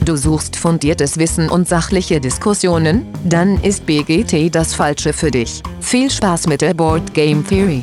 Du suchst fundiertes Wissen und sachliche Diskussionen? Dann ist BGT das Falsche für dich. Viel Spaß mit der Board Game Theory.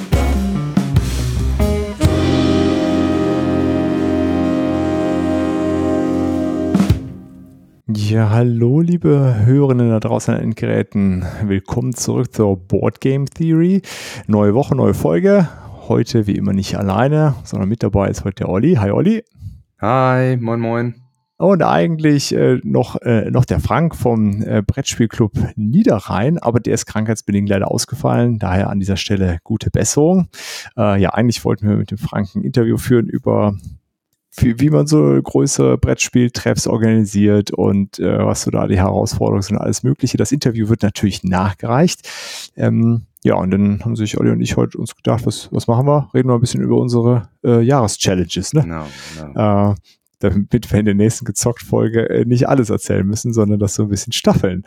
Ja, hallo liebe Hörerinnen da draußen an den Geräten. Willkommen zurück zur Board Game Theory. Neue Woche, neue Folge. Heute wie immer nicht alleine, sondern mit dabei ist heute der Olli. Hi Olli. Hi, moin moin. Und eigentlich noch der Frank vom Brettspielclub Niederrhein, aber der ist krankheitsbedingt leider ausgefallen. Daher an dieser Stelle gute Besserung. Eigentlich wollten wir mit dem Frank ein Interview führen über wie man so größere Brettspieltreffs organisiert und was so da die Herausforderungen sind, alles Mögliche. Das Interview wird natürlich nachgereicht. Und dann haben sich Olli und ich heute uns gedacht, was machen wir? Reden wir ein bisschen über unsere Jahreschallenges, ne? Genau. Damit wir in der nächsten Gezockt-Folge nicht alles erzählen müssen, sondern das so ein bisschen staffeln.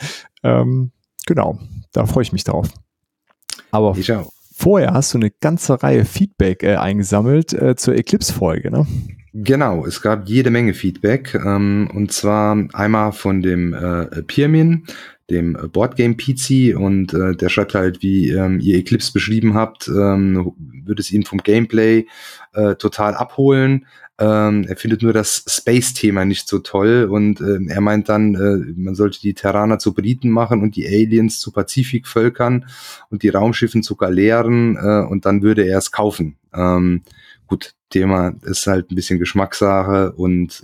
Genau, da freue ich mich drauf. Aber ich auch. Vorher hast du eine ganze Reihe Feedback eingesammelt zur Eclipse-Folge, ne? Genau, es gab jede Menge Feedback, und zwar einmal von dem Pirmin, dem Boardgame Pizzi, und der schreibt halt, wie ihr Eclipse beschrieben habt, würde es ihn vom Gameplay total abholen. Er findet nur das Space-Thema nicht so toll und er meint dann, man sollte die Terraner zu Briten machen und die Aliens zu Pazifikvölkern und die Raumschiffen zu Galeeren, und dann würde er es kaufen. Gut, Thema ist halt ein bisschen Geschmackssache und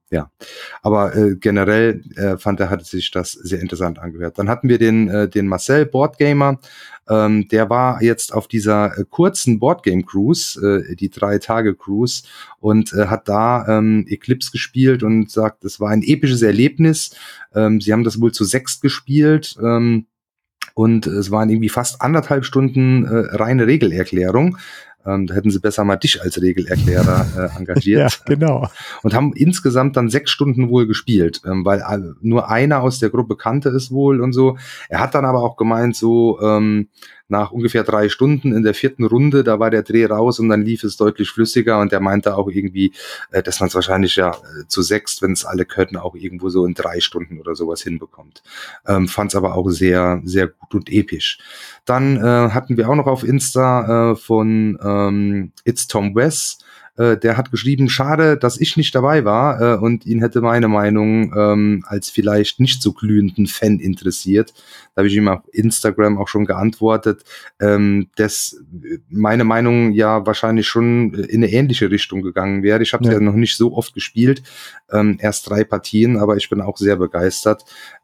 aber generell hat sich das sehr interessant angehört. Dann hatten wir den Marcel Boardgamer, der war jetzt auf dieser kurzen Boardgame Cruise, die 3-Tage-Cruise, und hat da Eclipse gespielt und sagt, es war ein episches Erlebnis. Sie haben das wohl zu 6 gespielt, und es waren irgendwie fast 1,5 Stunden reine Regelerklärung. Da hätten sie besser mal dich als Regelerklärer engagiert. Ja, genau. Und haben insgesamt dann 6 Stunden wohl gespielt, weil nur einer aus der Gruppe kannte es wohl und so. Er hat dann aber auch gemeint, so nach ungefähr 3 Stunden in der 4. Runde, da war der Dreh raus und dann lief es deutlich flüssiger, und er meinte auch irgendwie, dass man es wahrscheinlich zu 6, wenn es alle können, auch irgendwo so in 3 Stunden oder sowas hinbekommt. Fand es aber auch sehr, sehr gut und episch. Dann hatten wir auch noch auf Insta von It's Tom West, der hat geschrieben, schade, dass ich nicht dabei war, und ihn hätte meine Meinung als vielleicht nicht so glühenden Fan interessiert. Da habe ich ihm auf Instagram auch schon geantwortet, dass meine Meinung ja wahrscheinlich schon in eine ähnliche Richtung gegangen wäre. Ich habe es ja noch nicht so oft gespielt, erst 3 Partien, aber ich bin auch sehr begeistert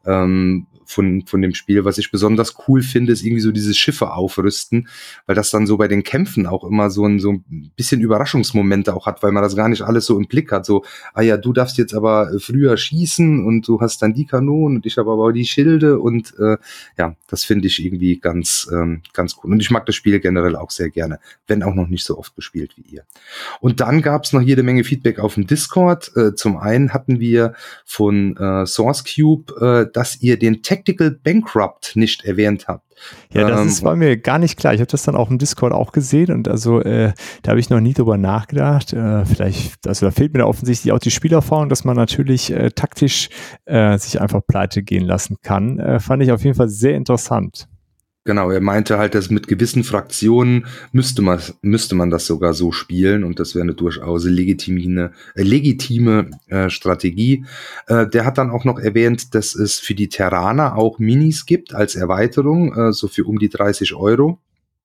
von dem Spiel. Was ich besonders cool finde, ist irgendwie so dieses Schiffe aufrüsten, weil das dann so bei den Kämpfen auch immer so ein bisschen Überraschungsmomente auch hat, weil man das gar nicht alles so im Blick hat. So, du darfst jetzt aber früher schießen und du hast dann die Kanonen und ich habe aber die Schilde, und das finde ich irgendwie ganz cool. Und ich mag das Spiel generell auch sehr gerne, wenn auch noch nicht so oft gespielt wie ihr. Und dann gab es noch jede Menge Feedback auf dem Discord. Zum einen hatten wir von Source Cube, dass ihr den Tactical Bankrupt nicht erwähnt habt. Ja, das war mir gar nicht klar. Ich habe das dann auch im Discord auch gesehen, und also da habe ich noch nie drüber nachgedacht. Da fehlt mir da offensichtlich auch die Spielerfahrung, dass man natürlich taktisch sich einfach pleite gehen lassen kann. Fand ich auf jeden Fall sehr interessant. Genau, er meinte halt, dass mit gewissen Fraktionen müsste man das sogar so spielen, und das wäre eine durchaus legitime Strategie. Der hat dann auch noch erwähnt, dass es für die Terraner auch Minis gibt als Erweiterung, so für um die 30 €.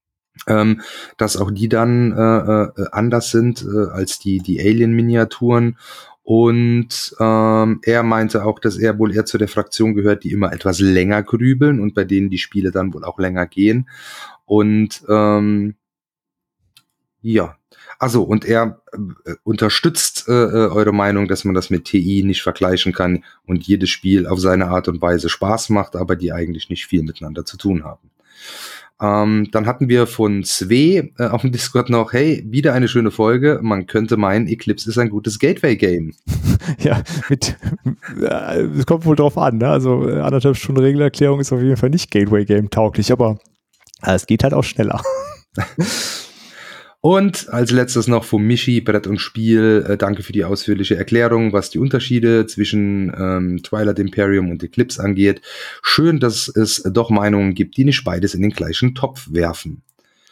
Dass auch die dann anders sind als die Alien-Miniaturen. Und er meinte auch, dass er wohl eher zu der Fraktion gehört, die immer etwas länger grübeln und bei denen die Spiele dann wohl auch länger gehen. Und und er unterstützt eure Meinung, dass man das mit TI nicht vergleichen kann und jedes Spiel auf seine Art und Weise Spaß macht, aber die eigentlich nicht viel miteinander zu tun haben. Dann hatten wir von Sve auf dem Discord noch, hey, wieder eine schöne Folge. Man könnte meinen, Eclipse ist ein gutes Gateway-Game. Ja, es kommt wohl drauf an, ne? Also 1,5 Stunden Regelerklärung ist auf jeden Fall nicht Gateway-Game tauglich, aber es geht halt auch schneller. Und als letztes noch vom Michi, Brett und Spiel, danke für die ausführliche Erklärung, was die Unterschiede zwischen Twilight Imperium und Eclipse angeht. Schön, dass es doch Meinungen gibt, die nicht beides in den gleichen Topf werfen.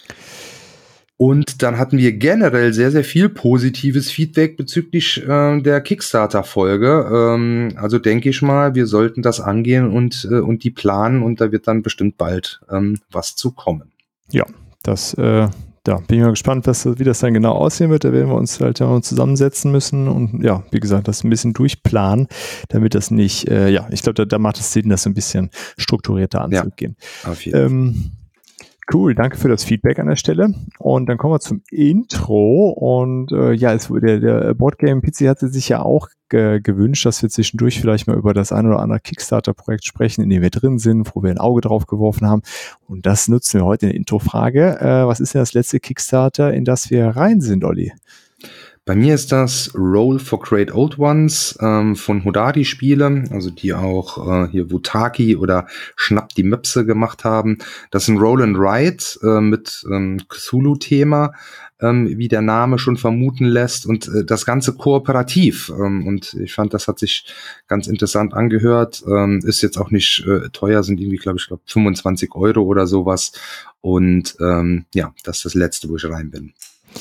Und dann hatten wir generell sehr, sehr viel positives Feedback bezüglich der Kickstarter-Folge. Also denke ich mal, wir sollten das angehen und die planen und da wird dann bestimmt bald was zu kommen. Ja, das da bin ich mal gespannt, wie das dann genau aussehen wird. Da werden wir uns halt zusammensetzen müssen und ja, wie gesagt, das ein bisschen durchplanen, damit das nicht, ich glaube, da macht es Sinn, das so ein bisschen strukturierter anzugehen. Ja, auf jeden Fall. Cool, danke für das Feedback an der Stelle. Und dann kommen wir zum Intro. Und der Boardgame PC hatte sich ja auch gewünscht, dass wir zwischendurch vielleicht mal über das ein oder andere Kickstarter-Projekt sprechen, in dem wir drin sind, wo wir ein Auge drauf geworfen haben. Und das nutzen wir heute in der Intro-Frage. Was ist denn das letzte Kickstarter, in das wir rein sind, Olli? Bei mir ist das Roll for Great Old Ones von Hodari Spiele, also die auch hier Wutaki oder Schnapp die Möpse gemacht haben. Das ist ein Roll and Ride mit Cthulhu-Thema, wie der Name schon vermuten lässt, und das Ganze kooperativ. Und ich fand, das hat sich ganz interessant angehört. Ist jetzt auch nicht teuer, sind irgendwie, glaube ich, 25 € oder sowas. Und das ist das Letzte, wo ich rein bin.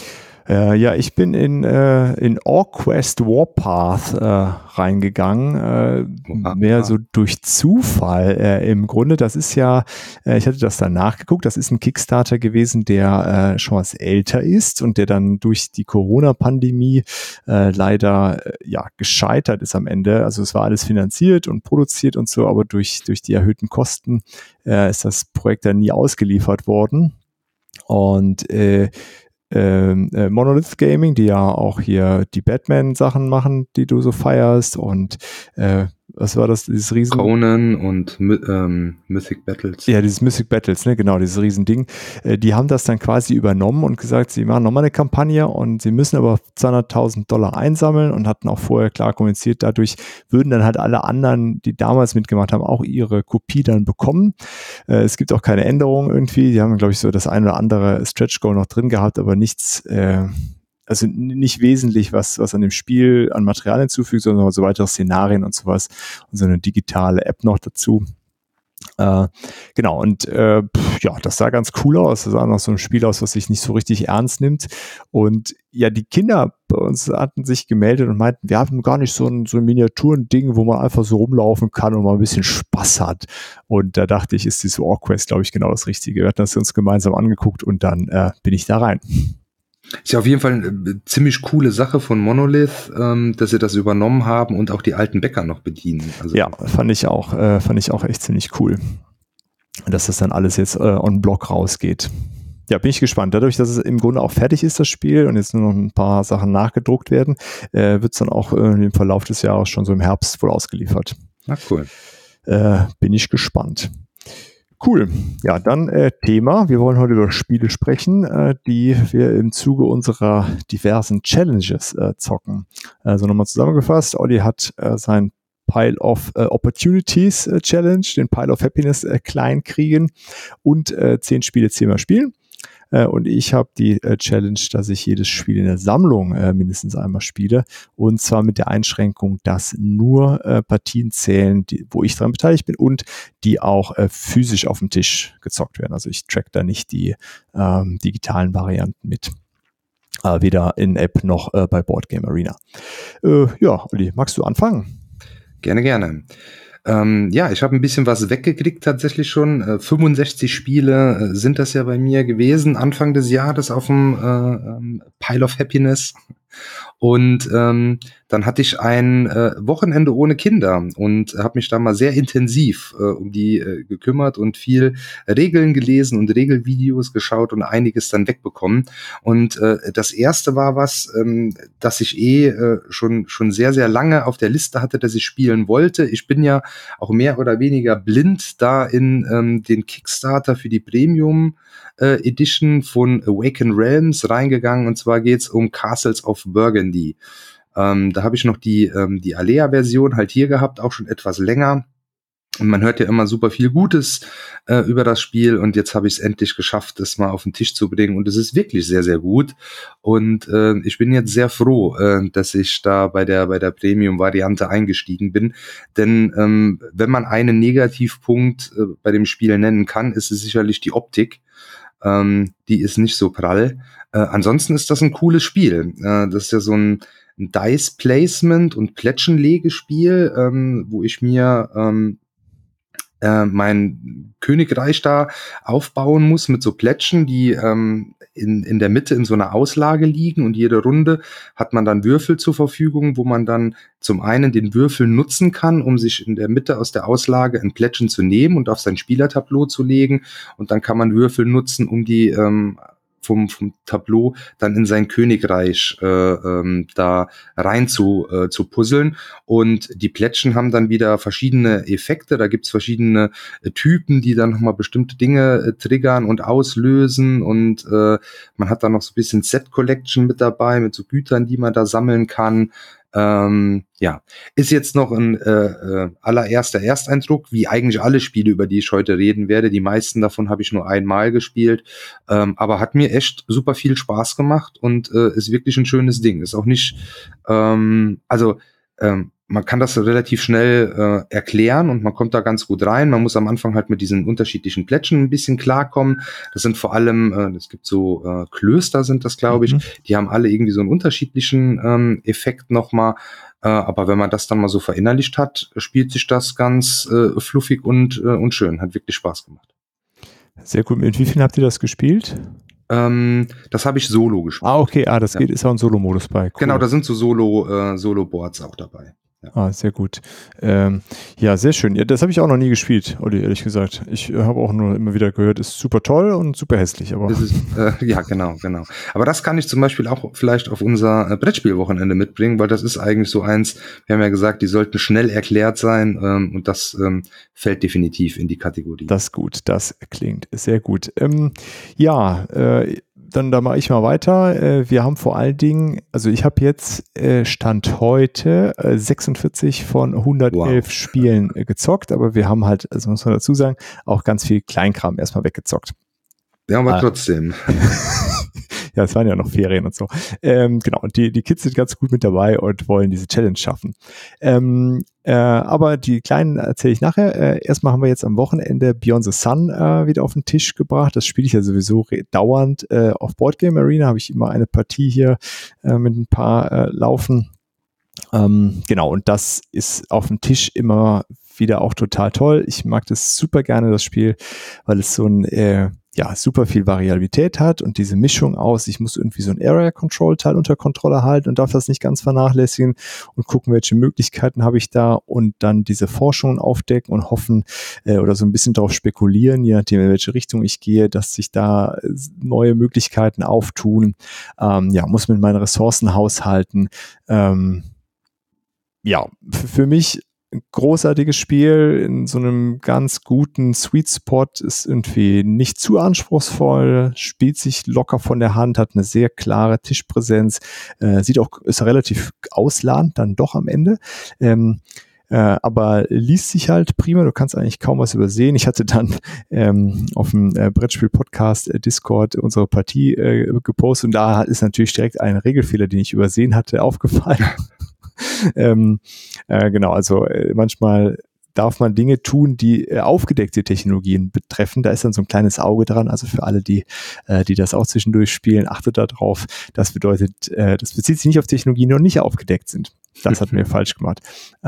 Ich bin in Orquest Warpath reingegangen, mehr so durch Zufall. Im Grunde, das ist ja, ich hatte das dann nachgeguckt, das ist ein Kickstarter gewesen, der schon was älter ist und der dann durch die Corona-Pandemie leider gescheitert ist am Ende. Also es war alles finanziert und produziert und so, aber durch die erhöhten Kosten ist das Projekt dann nie ausgeliefert worden. Und Monolith Gaming, die ja auch hier die Batman-Sachen machen, die du so feierst, und was war das, dieses riesen... Conan und Mythic Battles. Ja, dieses Mythic Battles, ne, genau, dieses Riesending. Die haben das dann quasi übernommen und gesagt, sie machen nochmal eine Kampagne und sie müssen aber $200.000 einsammeln und hatten auch vorher klar kommuniziert, dadurch würden dann halt alle anderen, die damals mitgemacht haben, auch ihre Kopie dann bekommen. Es gibt auch keine Änderungen irgendwie. Die haben, glaube ich, so das ein oder andere Stretch Goal noch drin gehabt, aber nichts... also nicht wesentlich, was an dem Spiel an Material hinzufügt, sondern so weitere Szenarien und sowas und so eine digitale App noch dazu. Genau, und das sah ganz cool aus. Das sah noch so ein Spiel aus, was sich nicht so richtig ernst nimmt. Und ja, die Kinder bei uns hatten sich gemeldet und meinten, wir haben gar nicht so ein Miniaturen-Ding, wo man einfach so rumlaufen kann und mal ein bisschen Spaß hat. Und da dachte ich, ist diese Orquest, glaube ich, genau das Richtige. Wir hatten das uns gemeinsam angeguckt und dann bin ich da rein. Ist ja auf jeden Fall eine ziemlich coole Sache von Monolith, dass sie das übernommen haben und auch die alten Bäcker noch bedienen. Also ja, fand ich auch echt ziemlich cool, dass das dann alles jetzt on Block rausgeht. Ja, bin ich gespannt. Dadurch, dass es im Grunde auch fertig ist, das Spiel, und jetzt nur noch ein paar Sachen nachgedruckt werden, wird es dann auch im Verlauf des Jahres schon so im Herbst wohl ausgeliefert. Na cool. Bin ich gespannt. Cool. Ja, dann Thema. Wir wollen heute über Spiele sprechen, die wir im Zuge unserer diversen Challenges zocken. Also nochmal zusammengefasst, Olli hat sein Pile of Opportunities Challenge, den Pile of Happiness klein kriegen und 10 Spiele 10-mal spielen. Und ich habe die Challenge, dass ich jedes Spiel in der Sammlung mindestens einmal spiele, und zwar mit der Einschränkung, dass nur Partien zählen, wo ich daran beteiligt bin und die auch physisch auf dem Tisch gezockt werden. Also ich track da nicht die digitalen Varianten mit. Weder in App noch bei Board Game Arena. Olli, magst du anfangen? Gerne. Ich habe ein bisschen was weggekriegt tatsächlich schon. 65 Spiele sind das ja bei mir gewesen, Anfang des Jahres auf dem Pile of Happiness. Und dann hatte ich ein Wochenende ohne Kinder und habe mich da mal sehr intensiv um die gekümmert und viel Regeln gelesen und Regelvideos geschaut und einiges dann wegbekommen. Und das erste war was, das ich schon sehr, sehr lange auf der Liste hatte, dass ich spielen wollte. Ich bin ja auch mehr oder weniger blind da in den Kickstarter für die Premium Edition von Awaken Realms reingegangen, und zwar geht's um Castles of Burgundy. Da habe ich noch die Alea-Version halt hier gehabt, auch schon etwas länger. Und man hört ja immer super viel Gutes über das Spiel und jetzt habe ich es endlich geschafft, es mal auf den Tisch zu bringen und es ist wirklich sehr, sehr gut und ich bin jetzt sehr froh, dass ich da bei der Premium-Variante eingestiegen bin, denn wenn man einen Negativpunkt bei dem Spiel nennen kann, ist es sicherlich die Optik. Die ist nicht so prall. Ansonsten ist das ein cooles Spiel. Das ist ja so ein Dice-Placement und Plättchenlegespiel, wo ich mir mein Königreich da aufbauen muss mit so Plättchen, die in der Mitte in so einer Auslage liegen und jede Runde hat man dann Würfel zur Verfügung, wo man dann zum einen den Würfel nutzen kann, um sich in der Mitte aus der Auslage ein Plättchen zu nehmen und auf sein Spielertableau zu legen und dann kann man Würfel nutzen, um die vom Tableau dann in sein Königreich da rein zu puzzeln und die Plättchen haben dann wieder verschiedene Effekte, da gibt's verschiedene Typen, die dann nochmal bestimmte Dinge triggern und auslösen und man hat dann noch so ein bisschen Set-Collection mit dabei, mit so Gütern, die man da sammeln kann. Ja, ist jetzt noch ein allererster Ersteindruck, wie eigentlich alle Spiele, über die ich heute reden werde. Die meisten davon habe ich nur einmal gespielt, aber hat mir echt super viel Spaß gemacht und ist wirklich ein schönes Ding. Ist auch nicht, man kann das relativ schnell erklären und man kommt da ganz gut rein. Man muss am Anfang halt mit diesen unterschiedlichen Plättchen ein bisschen klarkommen. Das sind vor allem, es gibt so Klöster sind das, glaube ich. Die haben alle irgendwie so einen unterschiedlichen Effekt nochmal. Aber wenn man das dann mal so verinnerlicht hat, spielt sich das ganz fluffig und schön. Hat wirklich Spaß gemacht. Sehr gut. Mit wie vielen habt ihr das gespielt? Das habe ich solo gespielt. Okay, das geht, ist auch ein Solo-Modus bei. Cool. Genau, da sind so Solo-Boards auch dabei. Ja. Sehr gut. Ja, sehr schön. Ja, das habe ich auch noch nie gespielt, Olli, ehrlich gesagt. Ich habe auch nur immer wieder gehört, ist super toll und super hässlich. Aber das ist, ja, genau. Aber das kann ich zum Beispiel auch vielleicht auf unser Brettspielwochenende mitbringen, weil das ist eigentlich so eins, wir haben ja gesagt, die sollten schnell erklärt sein und das fällt definitiv in die Kategorie. Das ist gut, das klingt sehr gut. Dann da mache ich mal weiter. Wir haben vor allen Dingen, also ich habe jetzt Stand heute 46 von 111 Spielen gezockt, aber wir haben halt, also muss man dazu sagen, auch ganz viel Kleinkram erstmal weggezockt. Ja, aber trotzdem. Ja, es waren ja noch Ferien und so. Genau, und die Kids sind ganz gut mit dabei und wollen diese Challenge schaffen. Aber die Kleinen erzähle ich nachher. Erstmal haben wir jetzt am Wochenende Beyond the Sun wieder auf den Tisch gebracht. Das spiele ich ja sowieso dauernd. Auf Boardgame Arena habe ich immer eine Partie hier mit ein paar laufen. Genau, und das ist auf dem Tisch immer wieder auch total toll. Ich mag das super gerne, das Spiel, weil es so ein super viel Variabilität hat und diese Mischung aus, ich muss irgendwie so ein Area-Control-Teil unter Kontrolle halten und darf das nicht ganz vernachlässigen und gucken, welche Möglichkeiten habe ich da und dann diese Forschungen aufdecken und hoffen oder so ein bisschen darauf spekulieren, je nachdem, in welche Richtung ich gehe, dass sich da neue Möglichkeiten auftun. Muss mit meinen Ressourcen haushalten. Für mich ein großartiges Spiel in so einem ganz guten Sweet Spot, ist irgendwie nicht zu anspruchsvoll, spielt sich locker von der Hand, hat eine sehr klare Tischpräsenz, ist relativ ausladend dann doch am Ende. Aber liest sich halt prima, du kannst eigentlich kaum was übersehen. Ich hatte dann auf dem Brettspiel-Podcast Discord unsere Partie gepostet und da ist natürlich direkt ein Regelfehler, den ich übersehen hatte, aufgefallen. Genau, also manchmal darf man Dinge tun, die aufgedeckte Technologien betreffen. Da ist dann so ein kleines Auge dran. Also für alle, die das auch zwischendurch spielen, achtet da drauf. Das bedeutet, das bezieht sich nicht auf Technologien, die noch nicht aufgedeckt sind. Das hat mir falsch gemacht.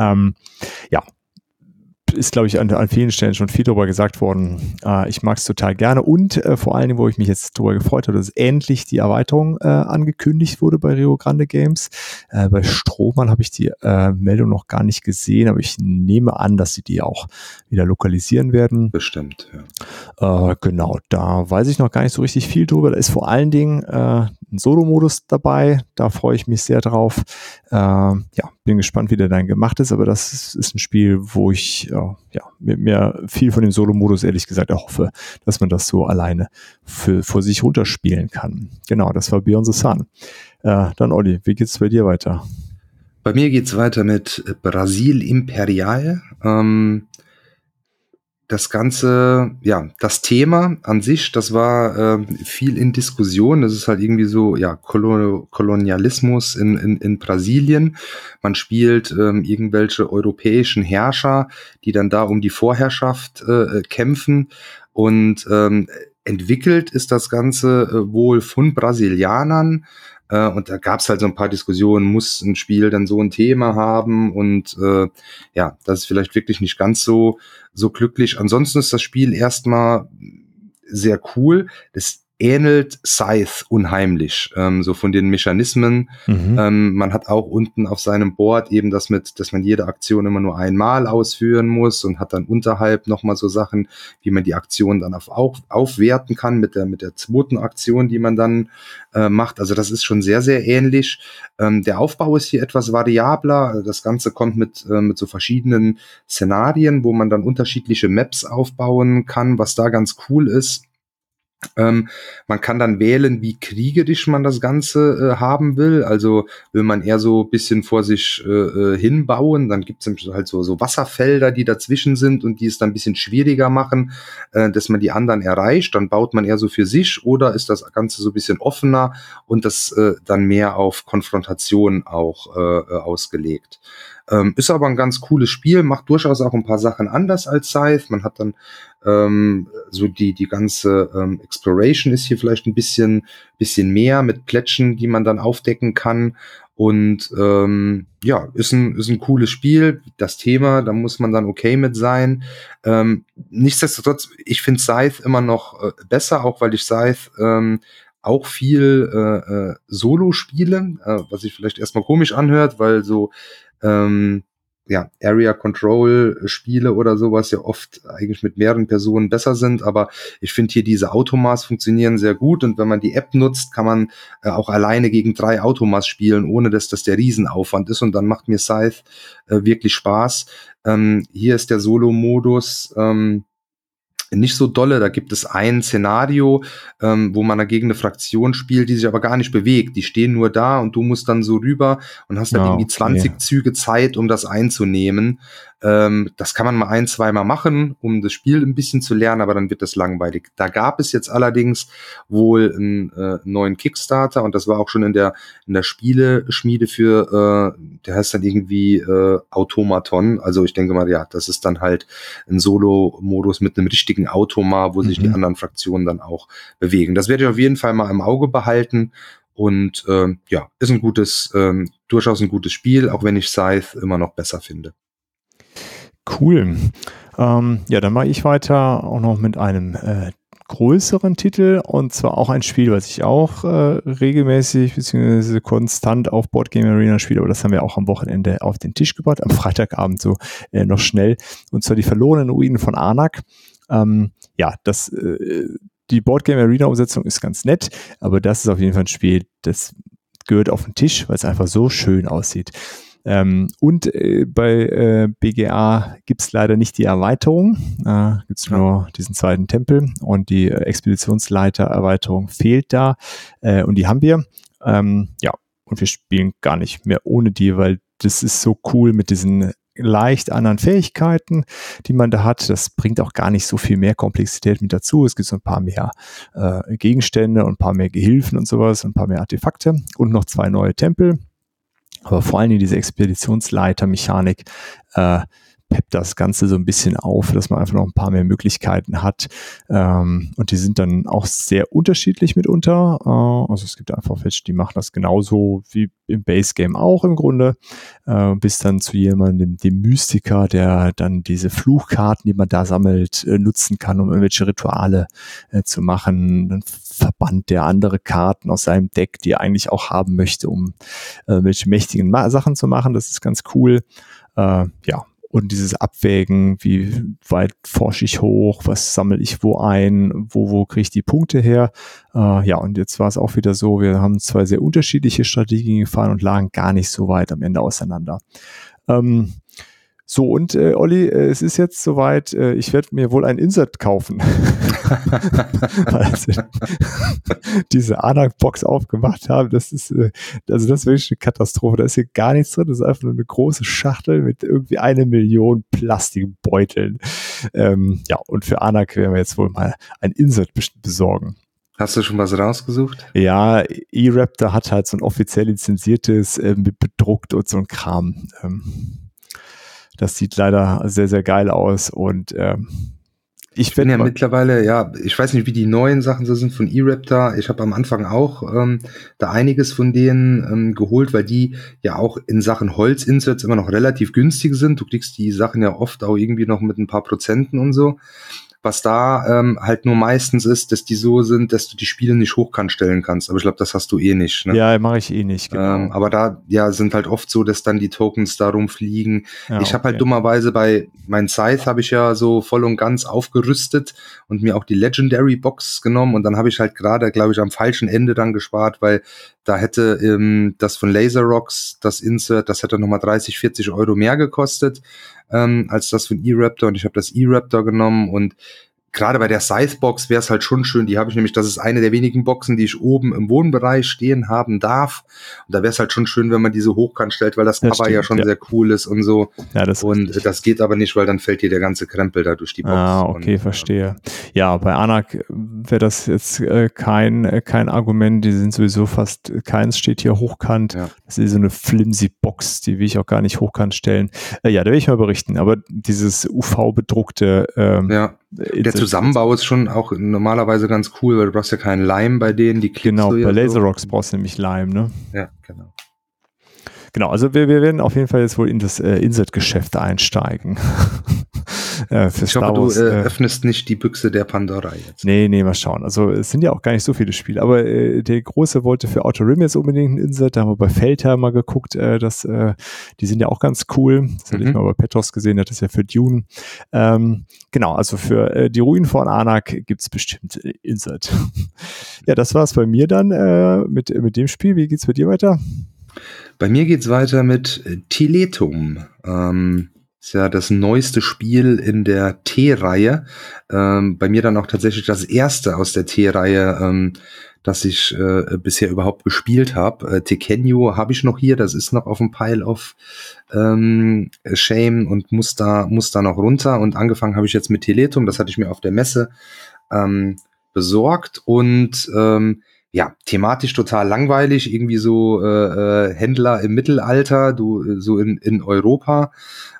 Ist, glaube ich, an vielen Stellen schon viel darüber gesagt worden. Ich mag es total gerne und vor allen Dingen, wo ich mich jetzt darüber gefreut habe, dass endlich die Erweiterung angekündigt wurde bei Rio Grande Games. Bei Strohmann habe ich die Meldung noch gar nicht gesehen, aber ich nehme an, dass sie die auch wieder lokalisieren werden. Bestimmt, ja. Genau, da weiß ich noch gar nicht so richtig viel drüber. Da ist vor allen Dingen ein Solo-Modus dabei. Da freue ich mich sehr drauf. Bin gespannt, wie der dann gemacht ist, aber das ist ein Spiel, wo ich mir viel von dem Solo-Modus ehrlich gesagt erhoffe, dass man das so alleine vor sich runterspielen kann. Genau, das war Beyond the Sun. Dann Olli, wie geht's bei dir weiter? Bei mir geht's weiter mit Brasil Imperial. das Ganze, ja, das Thema an sich, das war viel in Diskussion. Das ist halt irgendwie so, ja, Kolonialismus in Brasilien. Man spielt irgendwelche europäischen Herrscher, die dann da um die Vorherrschaft kämpfen. Und entwickelt ist das Ganze wohl von Brasilianern. Und da gab es halt so ein paar Diskussionen, muss ein Spiel dann so ein Thema haben und ja, das ist vielleicht wirklich nicht ganz so glücklich. Ansonsten ist das Spiel erstmal sehr cool. Das ähnelt Scythe unheimlich, so von den Mechanismen. Man hat auch unten auf seinem Board eben das dass man jede Aktion immer nur einmal ausführen muss und hat dann unterhalb nochmal so Sachen, wie man die Aktion dann aufwerten kann mit der zweiten Aktion, die man dann macht. Also das ist schon sehr, sehr ähnlich. Der Aufbau ist hier etwas variabler. Das Ganze kommt mit so verschiedenen Szenarien, wo man dann unterschiedliche Maps aufbauen kann, was da ganz cool ist. Man kann dann wählen, wie kriegerisch man das Ganze haben will. Also will man eher so ein bisschen vor sich hinbauen, dann gibt es halt so Wasserfelder, die dazwischen sind und die es dann ein bisschen schwieriger machen, dass man die anderen erreicht. Dann baut man eher so für sich, oder ist das Ganze so ein bisschen offener und das dann mehr auf Konfrontation auch ausgelegt. Ist aber ein ganz cooles Spiel, macht durchaus auch ein paar Sachen anders als Scythe. Man hat dann so die ganze Exploration ist hier vielleicht ein bisschen mehr mit Plättchen, die man dann aufdecken kann. Und ja, ist ein cooles Spiel. Das Thema, da muss man dann okay mit sein. Nichtsdestotrotz, ich finde Scythe immer noch besser, auch weil ich Scythe auch viel Solo spiele, was sich vielleicht erstmal komisch anhört, weil so ja, Area Control Spiele oder sowas ja oft eigentlich mit mehreren Personen besser sind, aber ich finde hier diese Automas funktionieren sehr gut, und wenn man die App nutzt, kann man auch alleine gegen 3 Automas spielen, ohne dass das der Riesenaufwand ist, und dann macht mir Scythe wirklich Spaß. Hier ist der Solo-Modus nicht so dolle. Da gibt es ein Szenario, wo man dagegen eine Fraktion spielt, die sich aber gar nicht bewegt. Die stehen nur da und du musst dann so rüber und hast dann irgendwie 20 Züge Zeit, um das einzunehmen. Das kann man mal 1-2 Mal machen, um das Spiel ein bisschen zu lernen, aber dann wird das langweilig. Da gab es jetzt allerdings wohl einen neuen Kickstarter, und das war auch schon in der Spieleschmiede für, der heißt dann irgendwie Automaton. Also ich denke mal, ja, das ist dann halt ein Solo-Modus mit einem richtigen Automa, wo sich die anderen Fraktionen dann auch bewegen. Das werde ich auf jeden Fall mal im Auge behalten. Und ja, ist durchaus ein gutes Spiel, auch wenn ich Scythe immer noch besser finde. Cool. Ja, dann mache ich weiter auch noch mit einem größeren Titel, und zwar auch ein Spiel, was ich auch regelmäßig bzw. konstant auf Board Game Arena spiele, aber das haben wir auch am Wochenende auf den Tisch gebracht, am Freitagabend so noch schnell, und zwar die verlorenen Ruinen von Arnak. Ja, die Board Game Arena Umsetzung ist ganz nett, aber das ist auf jeden Fall ein Spiel, das gehört auf den Tisch, weil es einfach so schön aussieht. Und bei BGA gibt es leider nicht die Erweiterung, gibt es nur diesen zweiten Tempel, und die Expeditionsleiter-Erweiterung fehlt da, und die haben wir. Ja, und wir spielen gar nicht mehr ohne die, weil das ist so cool mit diesen leicht anderen Fähigkeiten, die man da hat. Das bringt auch gar nicht so viel mehr Komplexität mit dazu. Es gibt so ein paar mehr Gegenstände und ein paar mehr Gehilfen und sowas, und ein paar mehr Artefakte und noch 2 neue Tempel. Aber vor allen Dingen diese Expeditionsleiter-Mechanik peppt das Ganze so ein bisschen auf, dass man einfach noch ein paar mehr Möglichkeiten hat. Und die sind dann auch sehr unterschiedlich mitunter. Also es gibt einfach welche, die machen das genauso wie im Base-Game auch im Grunde. Bis dann zu jemandem, dem Mystiker, der dann diese Fluchkarten, die man da sammelt, nutzen kann, um irgendwelche Rituale zu machen. Dann verbannt der andere Karten aus seinem Deck, die er eigentlich auch haben möchte, um welche mächtigen Sachen zu machen. Das ist ganz cool. Ja. Und dieses Abwägen, wie weit forsche ich hoch, was sammle ich wo ein, wo kriege ich die Punkte her. Ja, und jetzt war es auch wieder so, wir haben 2 sehr unterschiedliche Strategien gefahren und lagen gar nicht so weit am Ende auseinander. So, und Olli, es ist jetzt soweit, ich werde mir wohl ein Insert kaufen. Also, diese Anak-Box aufgemacht haben, das ist wirklich eine Katastrophe. Da ist hier gar nichts drin, das ist einfach nur eine große Schachtel mit irgendwie 1 Million Plastikbeuteln. Ja, und für Anak werden wir jetzt wohl mal ein Insert besorgen. Hast du schon was rausgesucht? Ja, eRaptor hat halt so ein offiziell lizenziertes mit bedruckt und so ein Kram. Das sieht leider sehr, sehr geil aus und ich bin ja mittlerweile, ja, ich weiß nicht, wie die neuen Sachen so sind von eRaptor. Ich habe am Anfang auch da einiges von denen geholt, weil die ja auch in Sachen Holzinserts immer noch relativ günstig sind. Du kriegst die Sachen ja oft auch irgendwie noch mit ein paar Prozenten und so. Was da halt nur meistens ist, dass die so sind, dass du die Spiele nicht hochkant stellen kannst. Aber ich glaube, das hast du eh nicht. Ne? Ja, mache ich eh nicht, genau. Aber da ja sind halt oft so, dass dann die Tokens da rumfliegen. Ja, ich habe halt dummerweise bei meinen Scythe habe ich ja so voll und ganz aufgerüstet und mir auch die Legendary Box genommen. Und dann habe ich halt gerade, glaube ich, am falschen Ende dann gespart, weil da hätte das von Laser Rocks, das Insert, das hätte nochmal 30, 40 Euro mehr gekostet als das von eRaptor, und ich habe das eRaptor genommen, und gerade bei der Scythe-Box wäre es halt schon schön, die habe ich nämlich, das ist eine der wenigen Boxen, die ich oben im Wohnbereich stehen haben darf, und da wäre es halt schon schön, wenn man diese hochkant stellt, weil das Cover ja schon sehr cool ist und so, ja, das und das geht aber nicht, weil dann fällt dir der ganze Krempel da durch die Box. Ah, okay, und, verstehe. Ja, bei Anak wäre das jetzt kein Argument, die sind sowieso fast, keins steht hier hochkant, das ist so eine flimsy Box, die will ich auch gar nicht hochkant stellen. Ja, da will ich mal berichten, aber dieses UV-bedruckte der Zusammenbau ist schon auch normalerweise ganz cool, weil du brauchst ja keinen Lime bei denen, die klickst genau, du ja bei Laser Rocks brauchst du nämlich Lime, ne? Ja, genau. Genau, also wir werden auf jeden Fall jetzt wohl in das Insert-Geschäft einsteigen. Ich hoffe, du öffnest nicht die Büchse der Pandora jetzt. Nee, mal schauen. Also es sind ja auch gar nicht so viele Spiele, aber der Große wollte für Outer Rim jetzt unbedingt ein Insert, da haben wir bei Feldherr mal geguckt, die sind ja auch ganz cool. Das hatte ich mal bei Petros gesehen, der hat das ja für Dune. Genau, also für die Ruinen von Anak gibt's bestimmt Insert. Ja, das war's bei mir dann mit dem Spiel. Wie geht's bei dir weiter? Bei mir geht's weiter mit Teletum. Ist ja das neueste Spiel in der T-Reihe. Bei mir dann auch tatsächlich das erste aus der T-Reihe, das ich bisher überhaupt gespielt habe. Tekenyo habe ich noch hier, das ist noch auf dem Pile of Shame und muss da noch runter. Und angefangen habe ich jetzt mit Teletum, das hatte ich mir auf der Messe besorgt, und ja, thematisch total langweilig, irgendwie so Händler im Mittelalter, so in Europa.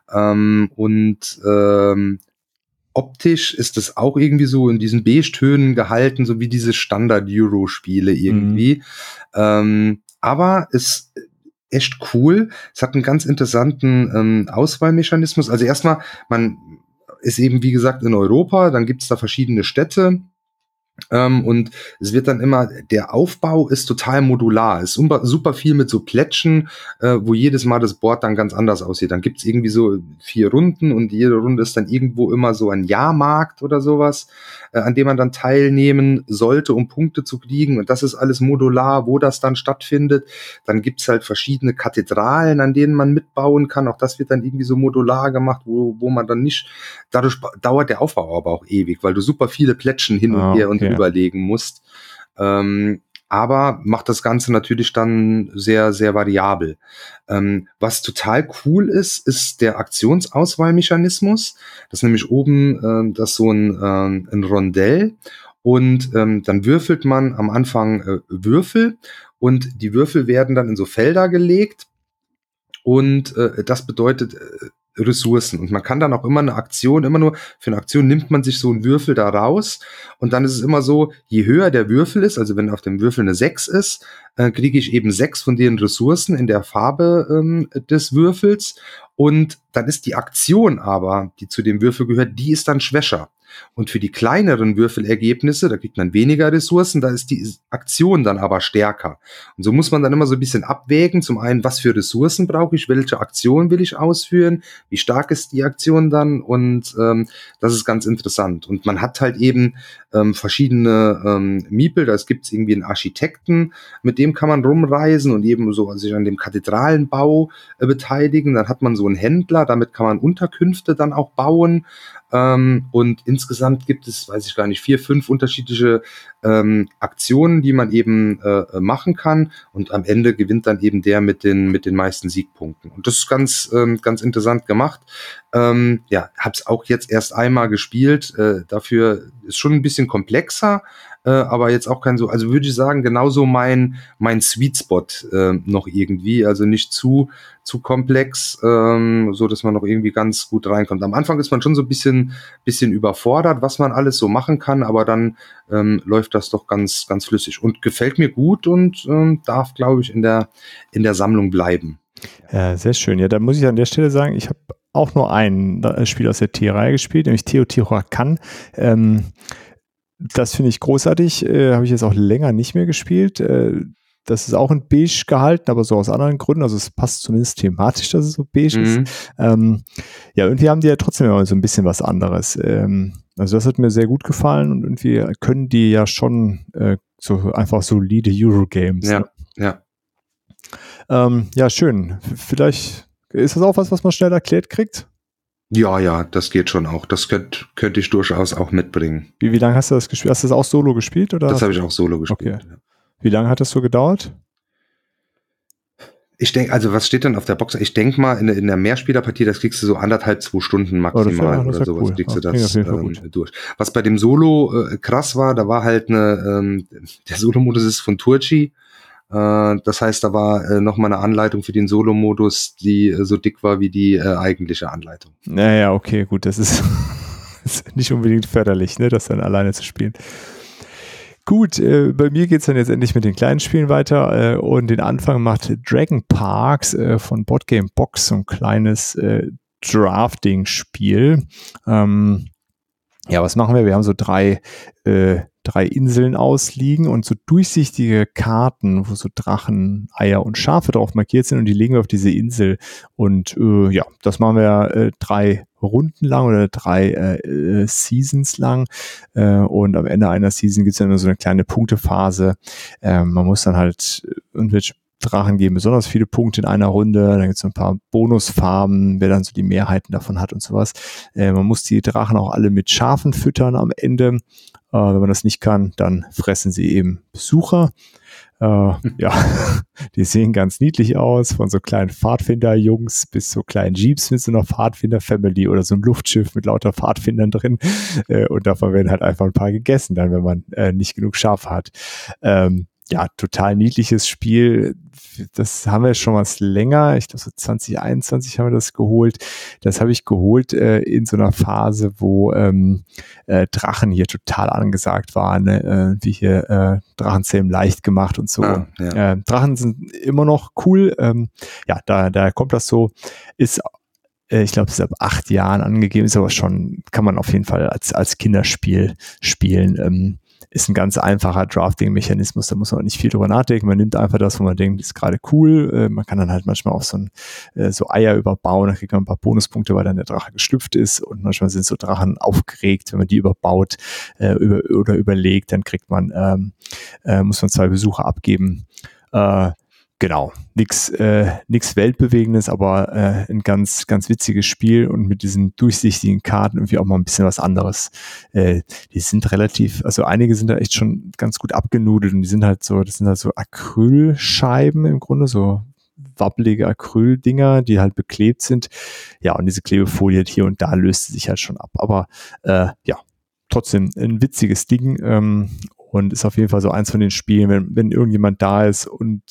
Optisch ist es auch irgendwie so in diesen Beige-Tönen gehalten, so wie diese Standard-Euro-Spiele irgendwie. Aber es echt cool. Es hat einen ganz interessanten Auswahlmechanismus. Also erstmal, man ist eben, wie gesagt, in Europa, dann gibt's da verschiedene Städte. Und es wird dann immer, der Aufbau ist total modular, ist super viel mit so Plättchen, wo jedes Mal das Board dann ganz anders aussieht. Dann gibt's irgendwie so 4 Runden, und jede Runde ist dann irgendwo immer so ein Jahrmarkt oder sowas, an dem man dann teilnehmen sollte, um Punkte zu kriegen. Und das ist alles modular, wo das dann stattfindet. Dann gibt's halt verschiedene Kathedralen, an denen man mitbauen kann. Auch das wird dann irgendwie so modular gemacht, wo man dann nicht, dadurch dauert der Aufbau aber auch ewig, weil du super viele Plättchen hin und her und überlegen musst. Aber macht das Ganze natürlich dann sehr, sehr variabel. Was total cool ist der Aktionsauswahlmechanismus. Das ist nämlich oben das so ein Rondell, und dann würfelt man am Anfang Würfel, und die Würfel werden dann in so Felder gelegt, und das bedeutet Ressourcen. Und man kann dann auch immer für eine Aktion nimmt man sich so einen Würfel da raus, und dann ist es immer so, je höher der Würfel ist, also wenn auf dem Würfel eine 6 ist, kriege ich eben 6 von den Ressourcen in der Farbe des Würfels, und dann ist die Aktion aber, die zu dem Würfel gehört, die ist dann schwächer. Und für die kleineren Würfelergebnisse, da kriegt man weniger Ressourcen, da ist die Aktion dann aber stärker. Und so muss man dann immer so ein bisschen abwägen, zum einen, was für Ressourcen brauche ich, welche Aktion will ich ausführen, wie stark ist die Aktion dann, und das ist ganz interessant. Und man hat halt eben verschiedene Miepel, da gibt es irgendwie einen Architekten, mit dem dem kann man rumreisen und eben so sich an dem Kathedralenbau beteiligen. Dann hat man so einen Händler, damit kann man Unterkünfte dann auch bauen. Und insgesamt gibt es, weiß ich gar nicht, 4, 5 unterschiedliche Aktionen, die man eben machen kann. Und am Ende gewinnt dann eben der mit den meisten Siegpunkten. Und das ist ganz interessant gemacht. Hab's auch jetzt erst einmal gespielt. Dafür ist schon ein bisschen komplexer. Aber jetzt auch kein so, also würde ich sagen, genauso mein Sweet Spot noch irgendwie, also nicht zu komplex, so dass man noch irgendwie ganz gut reinkommt. Am Anfang ist man schon so ein bisschen überfordert, was man alles so machen kann, aber dann läuft das doch ganz flüssig und gefällt mir gut und darf, glaube ich, in der Sammlung bleiben. Ja, sehr schön. Ja, da muss ich an der Stelle sagen, ich habe auch nur ein Spiel aus der T-Reihe gespielt, nämlich Teotihuacan. Das finde ich großartig, habe ich jetzt auch länger nicht mehr gespielt. Das ist auch in beige gehalten, aber so aus anderen Gründen. Also es passt zumindest thematisch, dass es so beige ist. Irgendwie haben die ja trotzdem immer so ein bisschen was anderes. Also das hat mir sehr gut gefallen und irgendwie können die ja schon so einfach solide Eurogames. Ja, ne? ja. Ja, schön. Vielleicht ist das auch was man schnell erklärt kriegt? Ja, das geht schon auch. Das könnte ich durchaus auch mitbringen. Wie lange hast du das gespielt? Hast du das auch solo gespielt? Oder? Das habe ich auch solo gespielt. Okay. Ja. Wie lange hat das so gedauert? Ich denke, also was steht denn auf der Box? Ich denke mal, in der Mehrspielerpartie, das kriegst du so 1,5, 2 Stunden maximal oder sowas, cool. Kriegst du das durch. Was bei dem Solo krass war, da war halt der Solo-Modus ist von Turci. Das heißt, da war nochmal eine Anleitung für den Solo-Modus, die so dick war wie die eigentliche Anleitung. Naja, okay, gut, das ist nicht unbedingt förderlich, ne, das dann alleine zu spielen. Gut, bei mir geht es dann jetzt endlich mit den kleinen Spielen weiter und den Anfang macht Dragon Parks von Boardgame Box, so ein kleines Drafting-Spiel. Was machen wir? Wir haben so drei Inseln ausliegen und so durchsichtige Karten, wo so Drachen, Eier und Schafe drauf markiert sind und die legen wir auf diese Insel. Und das machen wir 3 Runden lang oder 3 Seasons lang. Und am Ende einer Season gibt es dann so eine kleine Punktephase. Man muss dann halt irgendwelche Drachen geben besonders viele Punkte in einer Runde, dann gibt es ein paar Bonusfarben, wer dann so die Mehrheiten davon hat und sowas. Man muss die Drachen auch alle mit Schafen füttern am Ende. Wenn man das nicht kann, dann fressen sie eben Besucher. Die sehen ganz niedlich aus, von so kleinen Pfadfinder-Jungs bis so kleinen Jeeps mit so einer Pfadfinder-Family oder so einem Luftschiff mit lauter Pfadfindern drin. Und davon werden halt einfach ein paar gegessen, dann, wenn man nicht genug Schafe hat. Total niedliches Spiel. Das haben wir schon was länger. Ich glaube, so 2021 haben wir das geholt. Das habe ich geholt in so einer Phase, wo Drachen hier total angesagt waren. Ne? Wie hier Drachenzähmen leicht gemacht und so. Drachen sind immer noch cool. Da kommt das so. Ist ich glaube, es ist ab 8 Jahren angegeben, ist aber schon, kann man auf jeden Fall als Kinderspiel spielen. Ist ein ganz einfacher Drafting-Mechanismus, da muss man nicht viel drüber nachdenken. Man nimmt einfach das, wo man denkt, ist gerade cool. Man kann dann halt manchmal auch so Eier überbauen, dann kriegt man ein paar Bonuspunkte, weil dann der Drache geschlüpft ist und manchmal sind so Drachen aufgeregt, wenn man die überbaut oder überlegt, dann kriegt man, muss man 2 Besucher abgeben. Genau, nix Weltbewegendes, aber ein ganz, ganz witziges Spiel und mit diesen durchsichtigen Karten irgendwie auch mal ein bisschen was anderes. Die sind relativ, also einige sind da echt schon ganz gut abgenudelt und das sind halt so Acrylscheiben im Grunde, so wabbelige Acryldinger, die halt beklebt sind. Ja, und diese Klebefolie hier und da löst sie sich halt schon ab. Aber trotzdem ein witziges Ding und ist auf jeden Fall so eins von den Spielen, wenn irgendjemand da ist und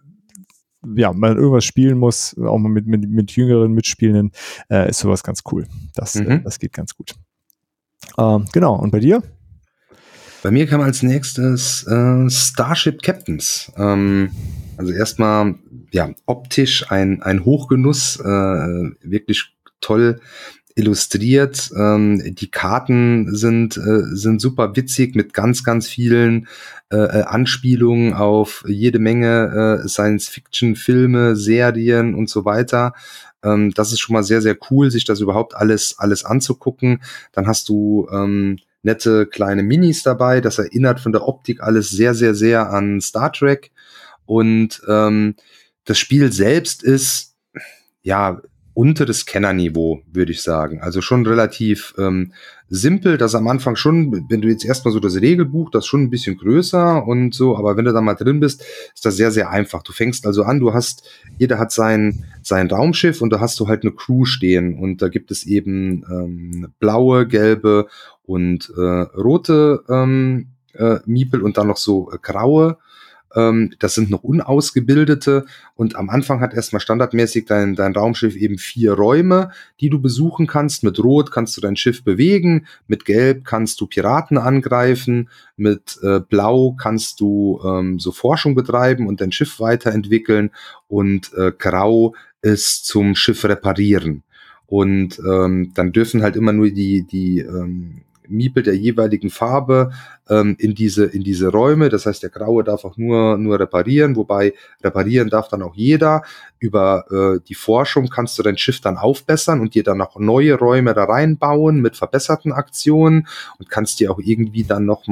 man irgendwas spielen muss, auch mal mit jüngeren Mitspielenden, ist sowas ganz cool. Das geht ganz gut. Genau, und bei dir? Bei mir kam als nächstes Starship Captains. Also erstmal, optisch ein Hochgenuss, wirklich toll illustriert. Die Karten sind super witzig mit ganz, ganz vielen Anspielungen auf jede Menge Science-Fiction-Filme, Serien und so weiter. Das ist schon mal sehr, sehr cool, sich das überhaupt alles anzugucken. Dann hast du nette kleine Minis dabei. Das erinnert von der Optik alles sehr, sehr, sehr an Star Trek. Und das Spiel selbst ist ja unteres Kennerniveau, würde ich sagen. Also schon relativ simpel, das am Anfang schon, wenn du jetzt erstmal so das Regelbuch, das ist schon ein bisschen größer und so, aber wenn du da mal drin bist, ist das sehr, sehr einfach. Du fängst also an, jeder hat sein Raumschiff und da hast du halt eine Crew stehen und da gibt es eben blaue, gelbe und rote Miepel und dann noch so graue. Das sind noch Unausgebildete und am Anfang hat erstmal standardmäßig dein Raumschiff eben 4 Räume, die du besuchen kannst. Mit Rot kannst du dein Schiff bewegen, mit Gelb kannst du Piraten angreifen, mit Blau kannst du so Forschung betreiben und dein Schiff weiterentwickeln und Grau ist zum Schiff reparieren. Und dann dürfen halt immer nur die Miepel der jeweiligen Farbe in diese Räume. Das heißt, der Graue darf auch nur reparieren, wobei reparieren darf dann auch jeder. Über die Forschung kannst du dein Schiff dann aufbessern und dir dann auch neue Räume da reinbauen mit verbesserten Aktionen und kannst dir auch irgendwie dann noch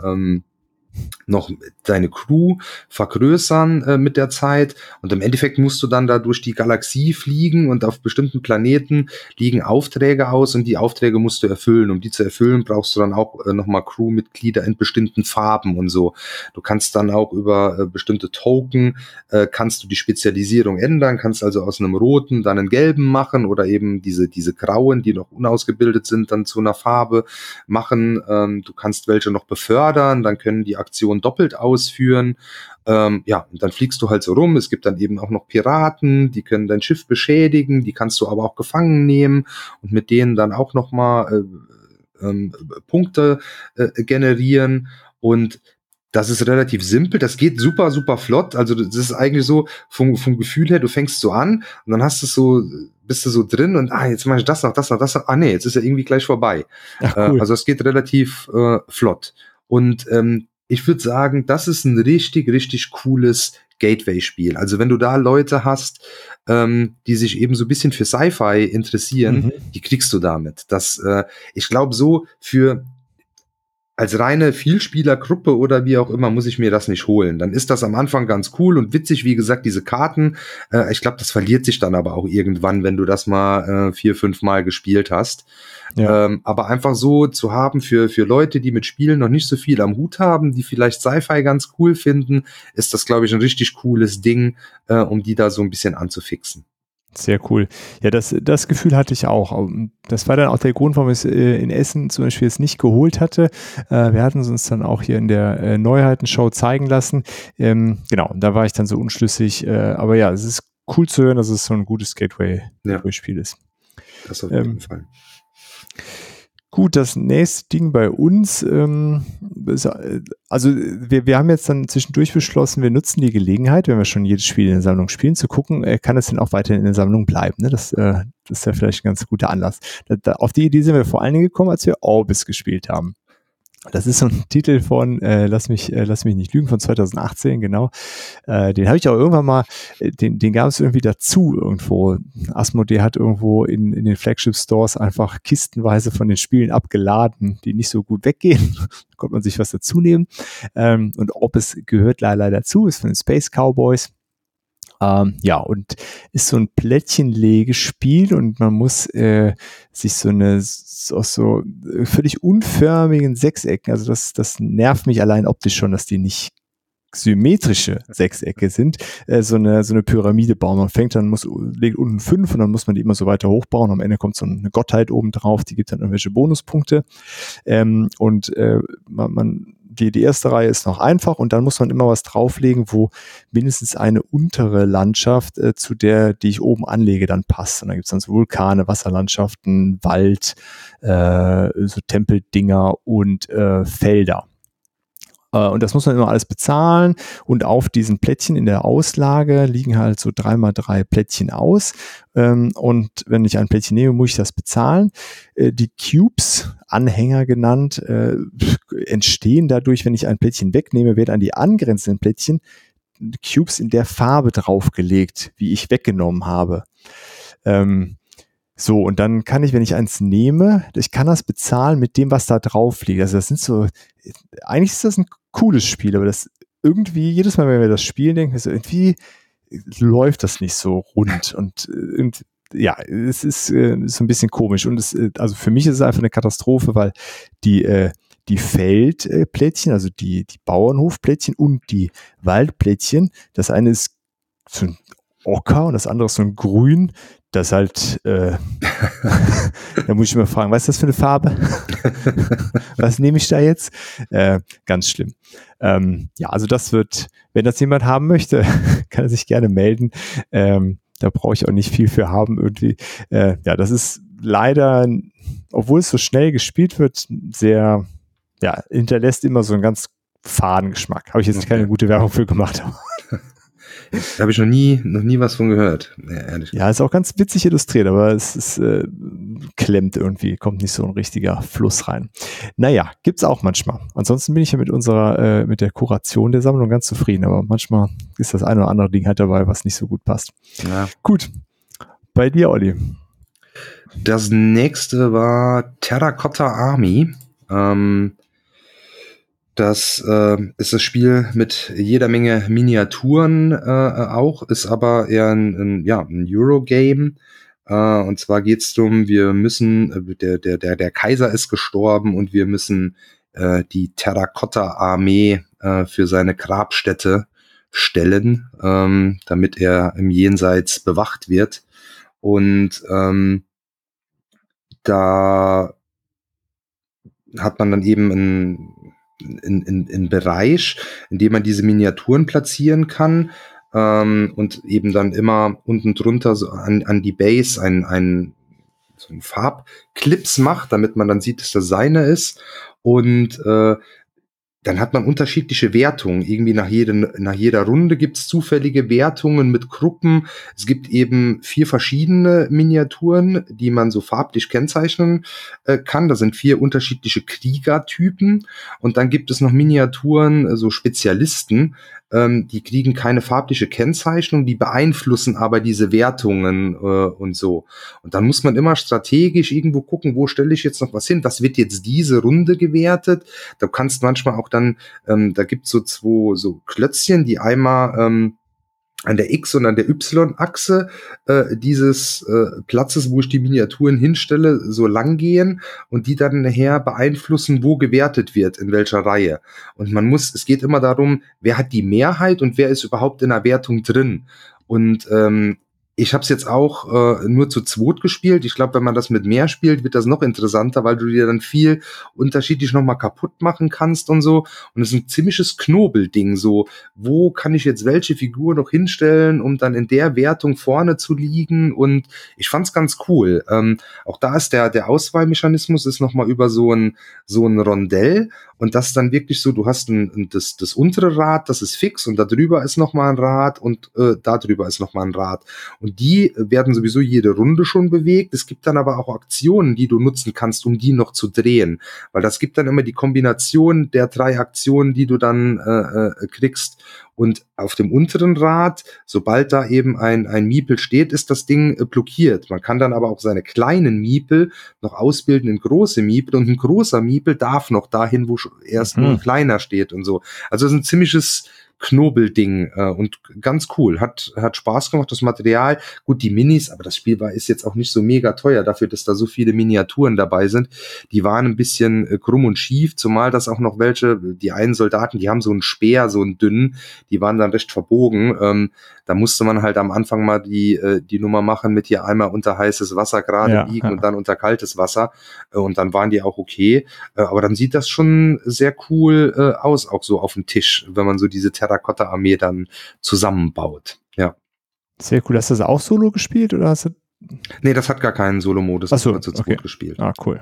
deine Crew vergrößern mit der Zeit und im Endeffekt musst du dann da durch die Galaxie fliegen und auf bestimmten Planeten liegen Aufträge aus und die Aufträge musst du erfüllen. Um die zu erfüllen, brauchst du dann auch nochmal Crewmitglieder in bestimmten Farben und so. Du kannst dann auch über bestimmte Token kannst du die Spezialisierung ändern, kannst also aus einem roten dann einen gelben machen oder eben diese grauen, die noch unausgebildet sind, dann zu einer Farbe machen. Du kannst welche noch befördern, dann können die Aktion doppelt ausführen. Und dann fliegst du halt so rum. Es gibt dann eben auch noch Piraten, die können dein Schiff beschädigen, die kannst du aber auch gefangen nehmen und mit denen dann auch nochmal Punkte generieren. Und das ist relativ simpel, das geht super, super flott. Also das ist eigentlich so vom Gefühl her, du fängst so an und dann bist du so drin und jetzt mache ich das noch. Jetzt ist ja irgendwie gleich vorbei. Ach, cool. Also es geht relativ flott. Und ich würde sagen, das ist ein richtig, richtig cooles Gateway-Spiel. Also wenn du da Leute hast, die sich eben so ein bisschen für Sci-Fi interessieren, die kriegst du damit. Ich glaube so als reine Vielspielergruppe oder wie auch immer muss ich mir das nicht holen. Dann ist das am Anfang ganz cool und witzig, wie gesagt, diese Karten. Ich glaube, das verliert sich dann aber auch irgendwann, wenn du das mal 4-5 Mal gespielt hast. Ja. Aber einfach so zu haben für Leute, die mit Spielen noch nicht so viel am Hut haben, die vielleicht Sci-Fi ganz cool finden, ist das, glaube ich, ein richtig cooles Ding, um die da so ein bisschen anzufixen. Sehr cool. Ja, das Gefühl hatte ich auch. Das war dann auch der Grund, warum ich es in Essen zum Beispiel jetzt nicht geholt hatte. Wir hatten es uns dann auch hier in der Neuheitenshow zeigen lassen. Genau, da war ich dann so unschlüssig. Aber ja, es ist cool zu hören, dass es so ein gutes Gateway-Spiel ist. Das auf jeden Fall. Gut, das nächste Ding bei uns, also wir haben jetzt dann zwischendurch beschlossen, wir nutzen die Gelegenheit, wenn wir schon jedes Spiel in der Sammlung spielen, zu gucken, kann es denn auch weiterhin in der Sammlung bleiben. Ne? Das ist ja vielleicht ein ganz guter Anlass. Auf die Idee sind wir vor allen Dingen gekommen, als wir Orbis gespielt haben. Das ist so ein Titel von, lass mich nicht lügen, von 2018, genau. Den habe ich auch irgendwann mal, den gab es irgendwie dazu irgendwo. Asmodee hat irgendwo in den Flagship-Stores einfach kistenweise von den Spielen abgeladen, die nicht so gut weggehen. Da konnte man sich was dazu nehmen. Und Orbis gehört leider dazu, ist von den Space Cowboys. Und ist so ein Plättchenlegespiel und man muss sich aus so völlig unförmigen Sechsecken, also das nervt mich allein optisch schon, dass die nicht symmetrische Sechsecke sind, so eine Pyramide bauen. Man legt unten 5 und dann muss man die immer so weiter hochbauen. Am Ende kommt so eine Gottheit oben drauf, die gibt dann irgendwelche Bonuspunkte. Die erste Reihe ist noch einfach und dann muss man immer was drauflegen, wo mindestens eine untere Landschaft zu der, die ich oben anlege, dann passt. Und dann gibt es dann so Vulkane, Wasserlandschaften, Wald, so Tempeldinger und Felder. Und das muss man immer alles bezahlen und auf diesen Plättchen in der Auslage liegen halt so 3x3 Plättchen aus und wenn ich ein Plättchen nehme, muss ich das bezahlen. Die Cubes, Anhänger genannt, entstehen dadurch, wenn ich ein Plättchen wegnehme, werden an die angrenzenden Plättchen Cubes in der Farbe draufgelegt, wie ich weggenommen habe. So, und dann kann ich, wenn ich eins nehme, ich kann das bezahlen mit dem, was da drauf liegt. Also das sind so, eigentlich ist das ein cooles Spiel, aber das irgendwie, jedes Mal, wenn wir das spielen, denken wir so, irgendwie läuft das nicht so rund und ja, es ist so ein bisschen komisch und also für mich ist es einfach eine Katastrophe, weil die Feldplättchen, also die Bauernhofplättchen und die Waldplättchen, das eine ist so ein Ocker und das andere ist so ein Grün, das halt, da muss ich mal fragen, was ist das für eine Farbe? Was nehme ich da jetzt? Ganz schlimm. Ja, also das wird, wenn das jemand haben möchte, kann er sich gerne melden. Da brauche ich auch nicht viel für haben irgendwie. Ja, das ist leider, obwohl es so schnell gespielt wird, sehr, ja, hinterlässt immer so einen ganz faden Geschmack. Habe ich jetzt keine gute Werbung für gemacht. Da habe ich noch nie was von gehört, ehrlich gesagt. Ja, ist auch ganz witzig illustriert, aber es ist, klemmt irgendwie, kommt nicht so ein richtiger Fluss rein. Naja, gibt's auch manchmal. Ansonsten bin ich ja mit der Kuration der Sammlung ganz zufrieden, aber manchmal ist das eine oder andere Ding halt dabei, was nicht so gut passt. Ja. Gut. Bei dir, Olli. Das nächste war Terracotta Army. Das ist das Spiel mit jeder Menge Miniaturen auch, ist aber eher ein Eurogame. Und zwar geht's darum, wir müssen, der Kaiser ist gestorben und wir müssen die Terrakotta-Armee für seine Grabstätte stellen, damit er im Jenseits bewacht wird. Und da hat man dann eben einen Bereich, in dem man diese Miniaturen platzieren kann und eben dann immer unten drunter so an die Base so einen Farbclips macht, damit man dann sieht, dass das seine ist. Und dann hat man unterschiedliche Wertungen. Irgendwie nach jeder Runde gibt es zufällige Wertungen mit Gruppen. Es gibt eben 4 verschiedene Miniaturen, die man so farblich kennzeichnen kann. Das sind 4 unterschiedliche Kriegertypen. Und dann gibt es noch Miniaturen, so Spezialisten, die kriegen keine farbliche Kennzeichnung, die beeinflussen aber diese Wertungen und so. Und dann muss man immer strategisch irgendwo gucken, wo stelle ich jetzt noch was hin? Was wird jetzt diese Runde gewertet? Da kannst manchmal auch dann, da gibt's so 2 so Klötzchen, die einmal an der X- und an der Y-Achse dieses Platzes, wo ich die Miniaturen hinstelle, so lang gehen und die dann nachher beeinflussen, wo gewertet wird, in welcher Reihe. Und es geht immer darum, wer hat die Mehrheit und wer ist überhaupt in der Wertung drin. Und ich habe es jetzt auch nur zu zweit gespielt. Ich glaube, wenn man das mit mehr spielt, wird das noch interessanter, weil du dir dann viel unterschiedlich nochmal kaputt machen kannst und so. Und es ist ein ziemliches Knobelding. So, wo kann ich jetzt welche Figur noch hinstellen, um dann in der Wertung vorne zu liegen? Und ich fand's ganz cool. Auch da ist der Auswahlmechanismus ist nochmal über so ein Rondell. Und das ist dann wirklich so, du hast das untere Rad, das ist fix und da drüber ist nochmal ein Rad und da drüber ist nochmal ein Rad. Und die werden sowieso jede Runde schon bewegt. Es gibt dann aber auch Aktionen, die du nutzen kannst, um die noch zu drehen. Weil das gibt dann immer die Kombination der 3 Aktionen, die du dann kriegst. Und auf dem unteren Rad, sobald da eben ein Miepel steht, ist das Ding blockiert. Man kann dann aber auch seine kleinen Miepel noch ausbilden in große Miepel und ein großer Miepel darf noch dahin, wo erst nur ein kleiner steht und so. Also es ist ein ziemliches Knobelding und ganz cool. Hat Spaß gemacht, das Material. Gut, die Minis, aber das Spiel ist jetzt auch nicht so mega teuer dafür, dass da so viele Miniaturen dabei sind. Die waren ein bisschen krumm und schief, zumal das auch noch die einen Soldaten, die haben so einen Speer, so einen dünnen, die waren dann recht verbogen. Da musste man halt am Anfang mal die Nummer machen mit hier einmal unter heißes Wasser gerade liegen und dann unter kaltes Wasser. Und dann waren die auch okay. Aber dann sieht das schon sehr cool aus, auch so auf dem Tisch, wenn man so diese Terrakotta-Armee dann zusammenbaut. Ja. Sehr cool. Hast du das auch solo gespielt oder hast du? Nee, das hat gar keinen Solo-Modus. Das hat zu zweit gespielt. Ah, cool.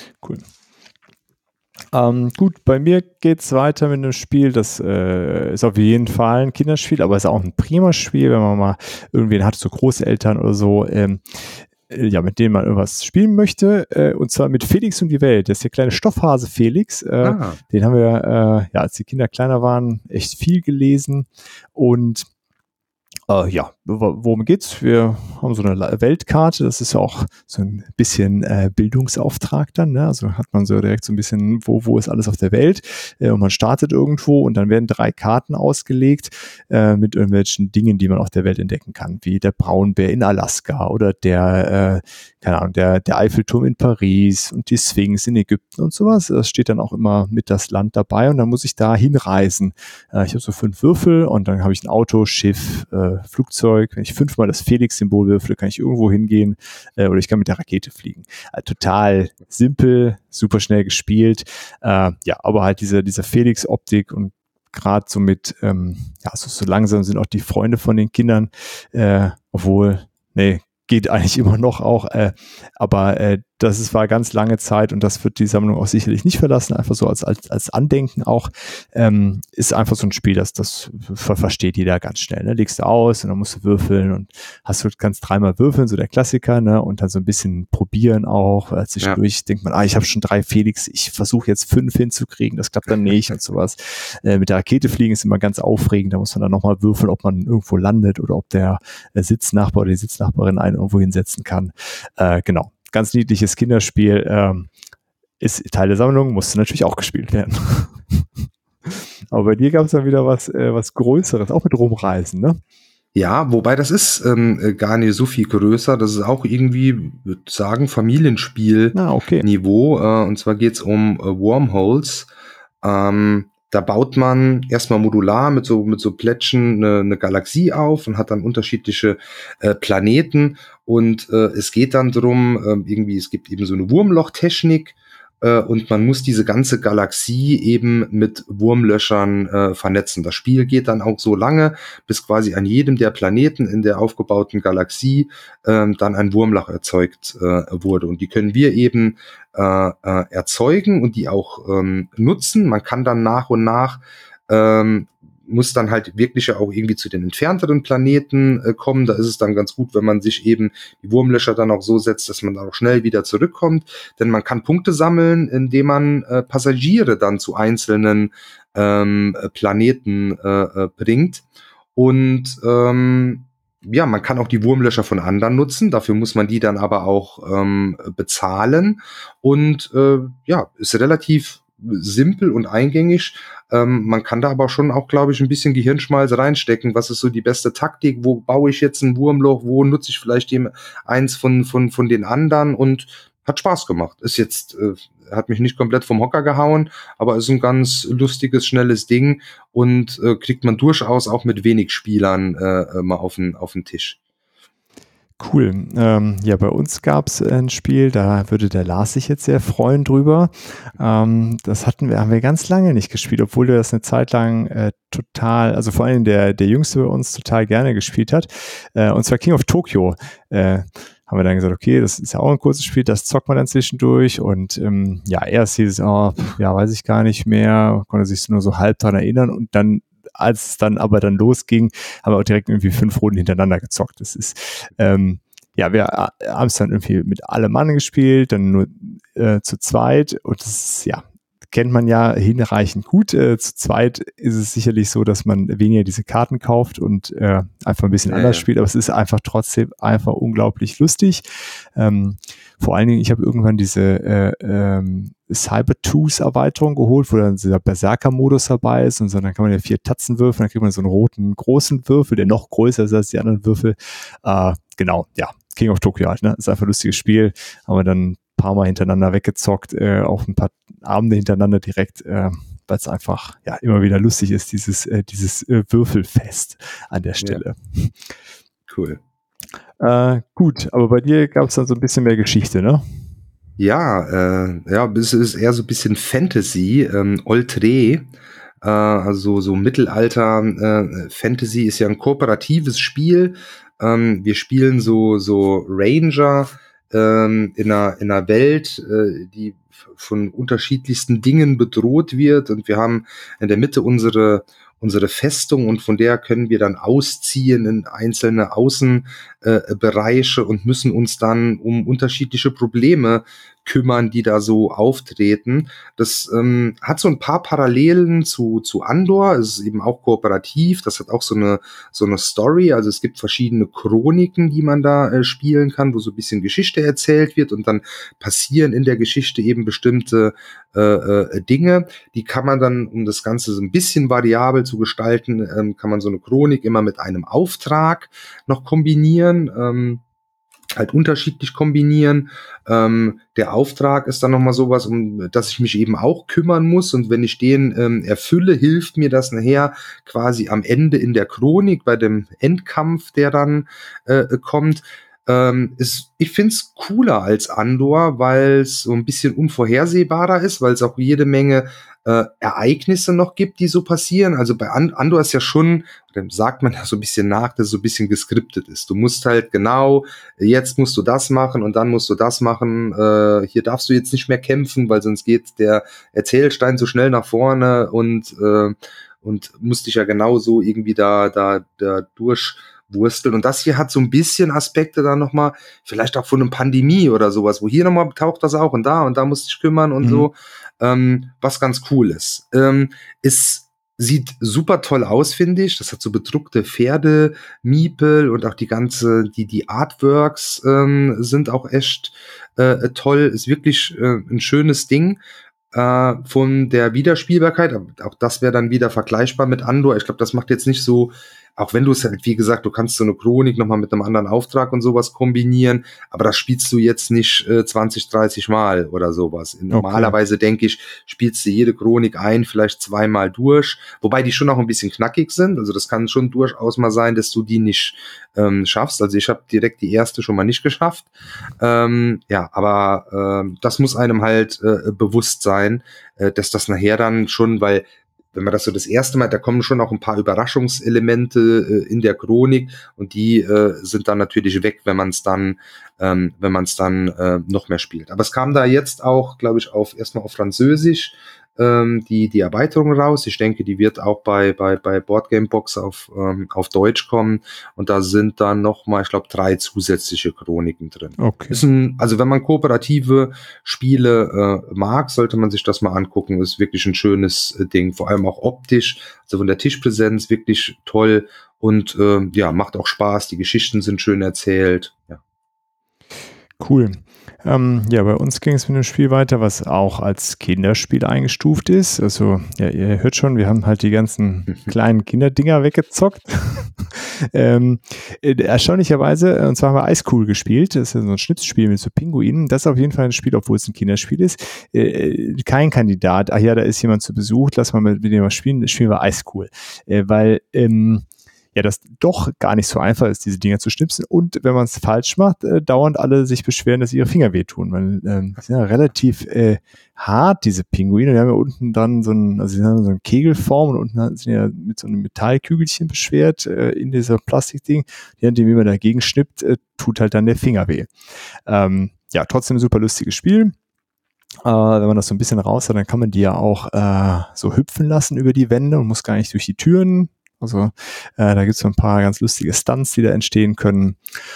Gut, bei mir geht's weiter mit einem Spiel, das ist auf jeden Fall ein Kinderspiel, aber ist auch ein prima Spiel, wenn man mal irgendwen hat, so Großeltern oder so, mit denen man irgendwas spielen möchte, und zwar mit Felix und die Welt. Das ist der kleine Stoffhase Felix. Den haben wir, als die Kinder kleiner waren, echt viel gelesen und Ja, worum geht's? Wir haben so eine Weltkarte, das ist ja auch so ein bisschen Bildungsauftrag dann, ne? Also hat man so direkt so ein bisschen, wo ist alles auf der Welt, und man startet irgendwo und dann werden 3 Karten ausgelegt mit irgendwelchen Dingen, die man auf der Welt entdecken kann, wie der Braunbär in Alaska oder der, keine Ahnung, der Eiffelturm in Paris und die Sphinx in Ägypten und sowas. Das steht dann auch immer mit das Land dabei und dann muss ich da hinreisen. Ich habe so 5 Würfel und dann habe ich ein Auto, Schiff, Flugzeug. Wenn ich 5-mal das Felix-Symbol würfle, kann ich irgendwo hingehen oder ich kann mit der Rakete fliegen. Total simpel, super schnell gespielt. Ja, aber halt diese Felix-Optik und gerade so mit, ja, so langsam sind auch die Freunde von den Kindern, obwohl, nee, geht eigentlich immer noch auch, aber war ganz lange Zeit und das wird die Sammlung auch sicherlich nicht verlassen, einfach so als Andenken auch, ist einfach so ein Spiel, das versteht jeder ganz schnell, ne? Legst du aus und dann musst du würfeln und kannst 3-mal würfeln, so der Klassiker, ne? Und dann so ein bisschen probieren auch, zwischendurch denkt man, ich habe schon 3 Felix, ich versuche jetzt 5 hinzukriegen, das klappt dann nicht und sowas. Mit der Rakete fliegen ist immer ganz aufregend, da muss man dann nochmal würfeln, ob man irgendwo landet oder ob der Sitznachbar oder die Sitznachbarin einen irgendwo hinsetzen kann. Genau. Ganz niedliches Kinderspiel, ist Teil der Sammlung, musste natürlich auch gespielt werden. Aber bei dir gab es dann wieder was Größeres, auch mit Rumreisen, ne? Ja, wobei das ist gar nicht so viel größer. Das ist auch irgendwie, würde sagen, Familienspiel-Niveau. Okay. Und zwar geht's um Wormholes. Da baut man erstmal modular mit so Plättchen eine Galaxie auf und hat dann unterschiedliche Planeten. Und es geht dann drum, es gibt eben so eine Wurmlochtechnik. Und man muss diese ganze Galaxie eben mit Wurmlöschern vernetzen. Das Spiel geht dann auch so lange, bis quasi an jedem der Planeten in der aufgebauten Galaxie dann ein Wurmloch erzeugt wurde. Und die können wir eben erzeugen und die auch nutzen. Man kann dann nach und nach muss dann halt wirklich ja auch irgendwie zu den entfernteren Planeten kommen. Da ist es dann ganz gut, wenn man sich eben die Wurmlöcher dann auch so setzt, dass man da auch schnell wieder zurückkommt. Denn man kann Punkte sammeln, indem man Passagiere dann zu einzelnen Planeten bringt. Und ja, man kann auch die Wurmlöcher von anderen nutzen. Dafür muss man die dann aber auch bezahlen. Und ja, ist relativ simpel und eingängig. Man kann da aber schon auch, glaube ich, ein bisschen Gehirnschmalz reinstecken. Was ist so die beste Taktik? Wo baue ich jetzt ein Wurmloch? Wo nutze ich vielleicht eins von den anderen? Und hat Spaß gemacht. Ist jetzt, hat mich nicht komplett vom Hocker gehauen, aber ist ein ganz lustiges, schnelles Ding und kriegt man durchaus auch mit wenig Spielern mal auf den Tisch. Cool. Ja, bei uns gab es ein Spiel, da würde der Lars sich jetzt sehr freuen drüber. Das haben wir ganz lange nicht gespielt, obwohl der das eine Zeit lang total, also vor allem der Jüngste bei uns total gerne gespielt hat. Und zwar King of Tokyo. Haben wir dann gesagt, okay, das ist ja auch ein kurzes Spiel, das zockt man dann zwischendurch und ja, erst hieß es, ja, weiß ich gar nicht mehr, konnte sich nur so halb dran erinnern und dann als es dann aber losging, haben wir auch direkt irgendwie 5 Runden hintereinander gezockt. Das ist, ja, wir haben es dann irgendwie mit allem Mann gespielt, dann nur zu zweit und das ist, ja, kennt man ja hinreichend gut. Zu zweit ist es sicherlich so, dass man weniger diese Karten kauft und einfach ein bisschen anders spielt, aber es ist einfach trotzdem einfach unglaublich lustig. Vor allen Dingen, ich habe irgendwann diese Cyber-Tools-Erweiterung geholt, wo dann dieser Berserker-Modus dabei ist und so, dann kann man ja 4 Tatzen würfeln, dann kriegt man so einen roten, großen Würfel, der noch größer ist als die anderen Würfel. Genau, ja, King of Tokyo halt, ne? Ist einfach ein lustiges Spiel, haben wir dann ein paar Mal hintereinander weggezockt, auch ein paar Abende hintereinander direkt, weil es einfach ja immer wieder lustig ist, dieses Würfelfest an der Stelle. Ja. Cool. Gut, aber bei dir gab es dann so ein bisschen mehr Geschichte, ne? Ja, es ist eher so ein bisschen Fantasy, Oltre, also so Mittelalter Fantasy ist ja ein kooperatives Spiel. Wir spielen so Ranger in einer Welt, die von unterschiedlichsten Dingen bedroht wird und wir haben in der Mitte unsere Festung und von der können wir dann ausziehen in einzelne Außenbereiche und müssen uns dann um unterschiedliche Probleme kümmern, die da so auftreten. Das hat so ein paar Parallelen zu Andor. Es ist eben auch kooperativ. Das hat auch so eine Story. Also es gibt verschiedene Chroniken, die man da spielen kann, wo so ein bisschen Geschichte erzählt wird und dann passieren in der Geschichte eben bestimmte Dinge. Die kann man dann, um das Ganze so ein bisschen variabel zu gestalten, kann man so eine Chronik immer mit einem Auftrag noch kombinieren. Halt unterschiedlich kombinieren. Der Auftrag ist dann nochmal sowas, um das ich mich eben auch kümmern muss, und wenn ich den erfülle, hilft mir das nachher quasi am Ende in der Chronik, bei dem Endkampf, der dann kommt. Ich find's cooler als Andor, weil es so ein bisschen unvorhersehbarer ist, weil es auch jede Menge Ereignisse noch gibt, die so passieren. Also bei Andor ist ja schon, sagt man ja so ein bisschen nach, dass es so ein bisschen geskriptet ist. Du musst halt genau, jetzt musst du das machen und dann musst du das machen. Hier darfst du jetzt nicht mehr kämpfen, weil sonst geht der Erzählstein so schnell nach vorne und musst dich ja genauso irgendwie da durchwursteln. Und das hier hat so ein bisschen Aspekte dann nochmal, vielleicht auch von einer Pandemie oder sowas, wo hier nochmal taucht das auch und da musst du dich kümmern und so. Was ganz cool ist. Es sieht super toll aus, finde ich. Das hat so bedruckte Pferde, Miepel und auch die Artworks sind auch echt toll. Ist wirklich ein schönes Ding. Von der Wiederspielbarkeit, auch das wäre dann wieder vergleichbar mit Andor. Ich glaube, das macht jetzt nicht so, auch wenn du es halt, wie gesagt, du kannst so eine Chronik nochmal mit einem anderen Auftrag und sowas kombinieren, aber das spielst du jetzt nicht 20, 30 Mal oder sowas. Normalerweise, denke ich, spielst du jede Chronik vielleicht 2-mal durch, wobei die schon auch ein bisschen knackig sind, also das kann schon durchaus mal sein, dass du die nicht schaffst. Also ich habe direkt die erste schon mal nicht geschafft. Aber das muss einem halt bewusst sein, dass das nachher dann schon, weil wenn man das so das erste Mal, da kommen schon auch ein paar Überraschungselemente in der Chronik und die sind dann natürlich weg, wenn man es dann noch mehr spielt. Aber es kam da jetzt auch, glaube ich, erstmal auf Französisch die Erweiterung raus. Ich denke, die wird auch bei Boardgamebox auf Deutsch kommen und da sind dann nochmal, ich glaube, 3 zusätzliche Chroniken drin. Okay. Also wenn man kooperative Spiele mag, sollte man sich das mal angucken. Ist wirklich ein schönes Ding, vor allem auch optisch, also von der Tischpräsenz wirklich toll und macht auch Spaß. Die Geschichten sind schön erzählt. Ja. Cool. Bei uns ging es mit dem Spiel weiter, was auch als Kinderspiel eingestuft ist. Also, ja, ihr hört schon, wir haben halt die ganzen kleinen Kinderdinger weggezockt. Erstaunlicherweise, und zwar haben wir Ice Cool gespielt. Das ist ja so ein Schnipsspiel mit so Pinguinen. Das ist auf jeden Fall ein Spiel, obwohl es ein Kinderspiel ist. Kein Kandidat. Ach ja, da ist jemand zu Besuch. Lass mal mit dem mal spielen. Spielen wir Ice Cool. Weil das doch gar nicht so einfach ist, diese Dinger zu schnipsen. Und wenn man es falsch macht, dauernd alle sich beschweren, dass ihre Finger wehtun. Weil die sind ja relativ hart, diese Pinguine. Die haben ja unten dann so eine Kegelform und unten sind ja mit so einem Metallkügelchen beschwert in dieser Plastikding. Je nachdem, wie man dagegen schnippt, tut halt dann der Finger weh. Trotzdem ein super lustiges Spiel. Wenn man das so ein bisschen raus hat, dann kann man die ja auch so hüpfen lassen über die Wände und muss gar nicht durch die Türen. Also da gibt es so ein paar ganz lustige Stunts, die da entstehen können.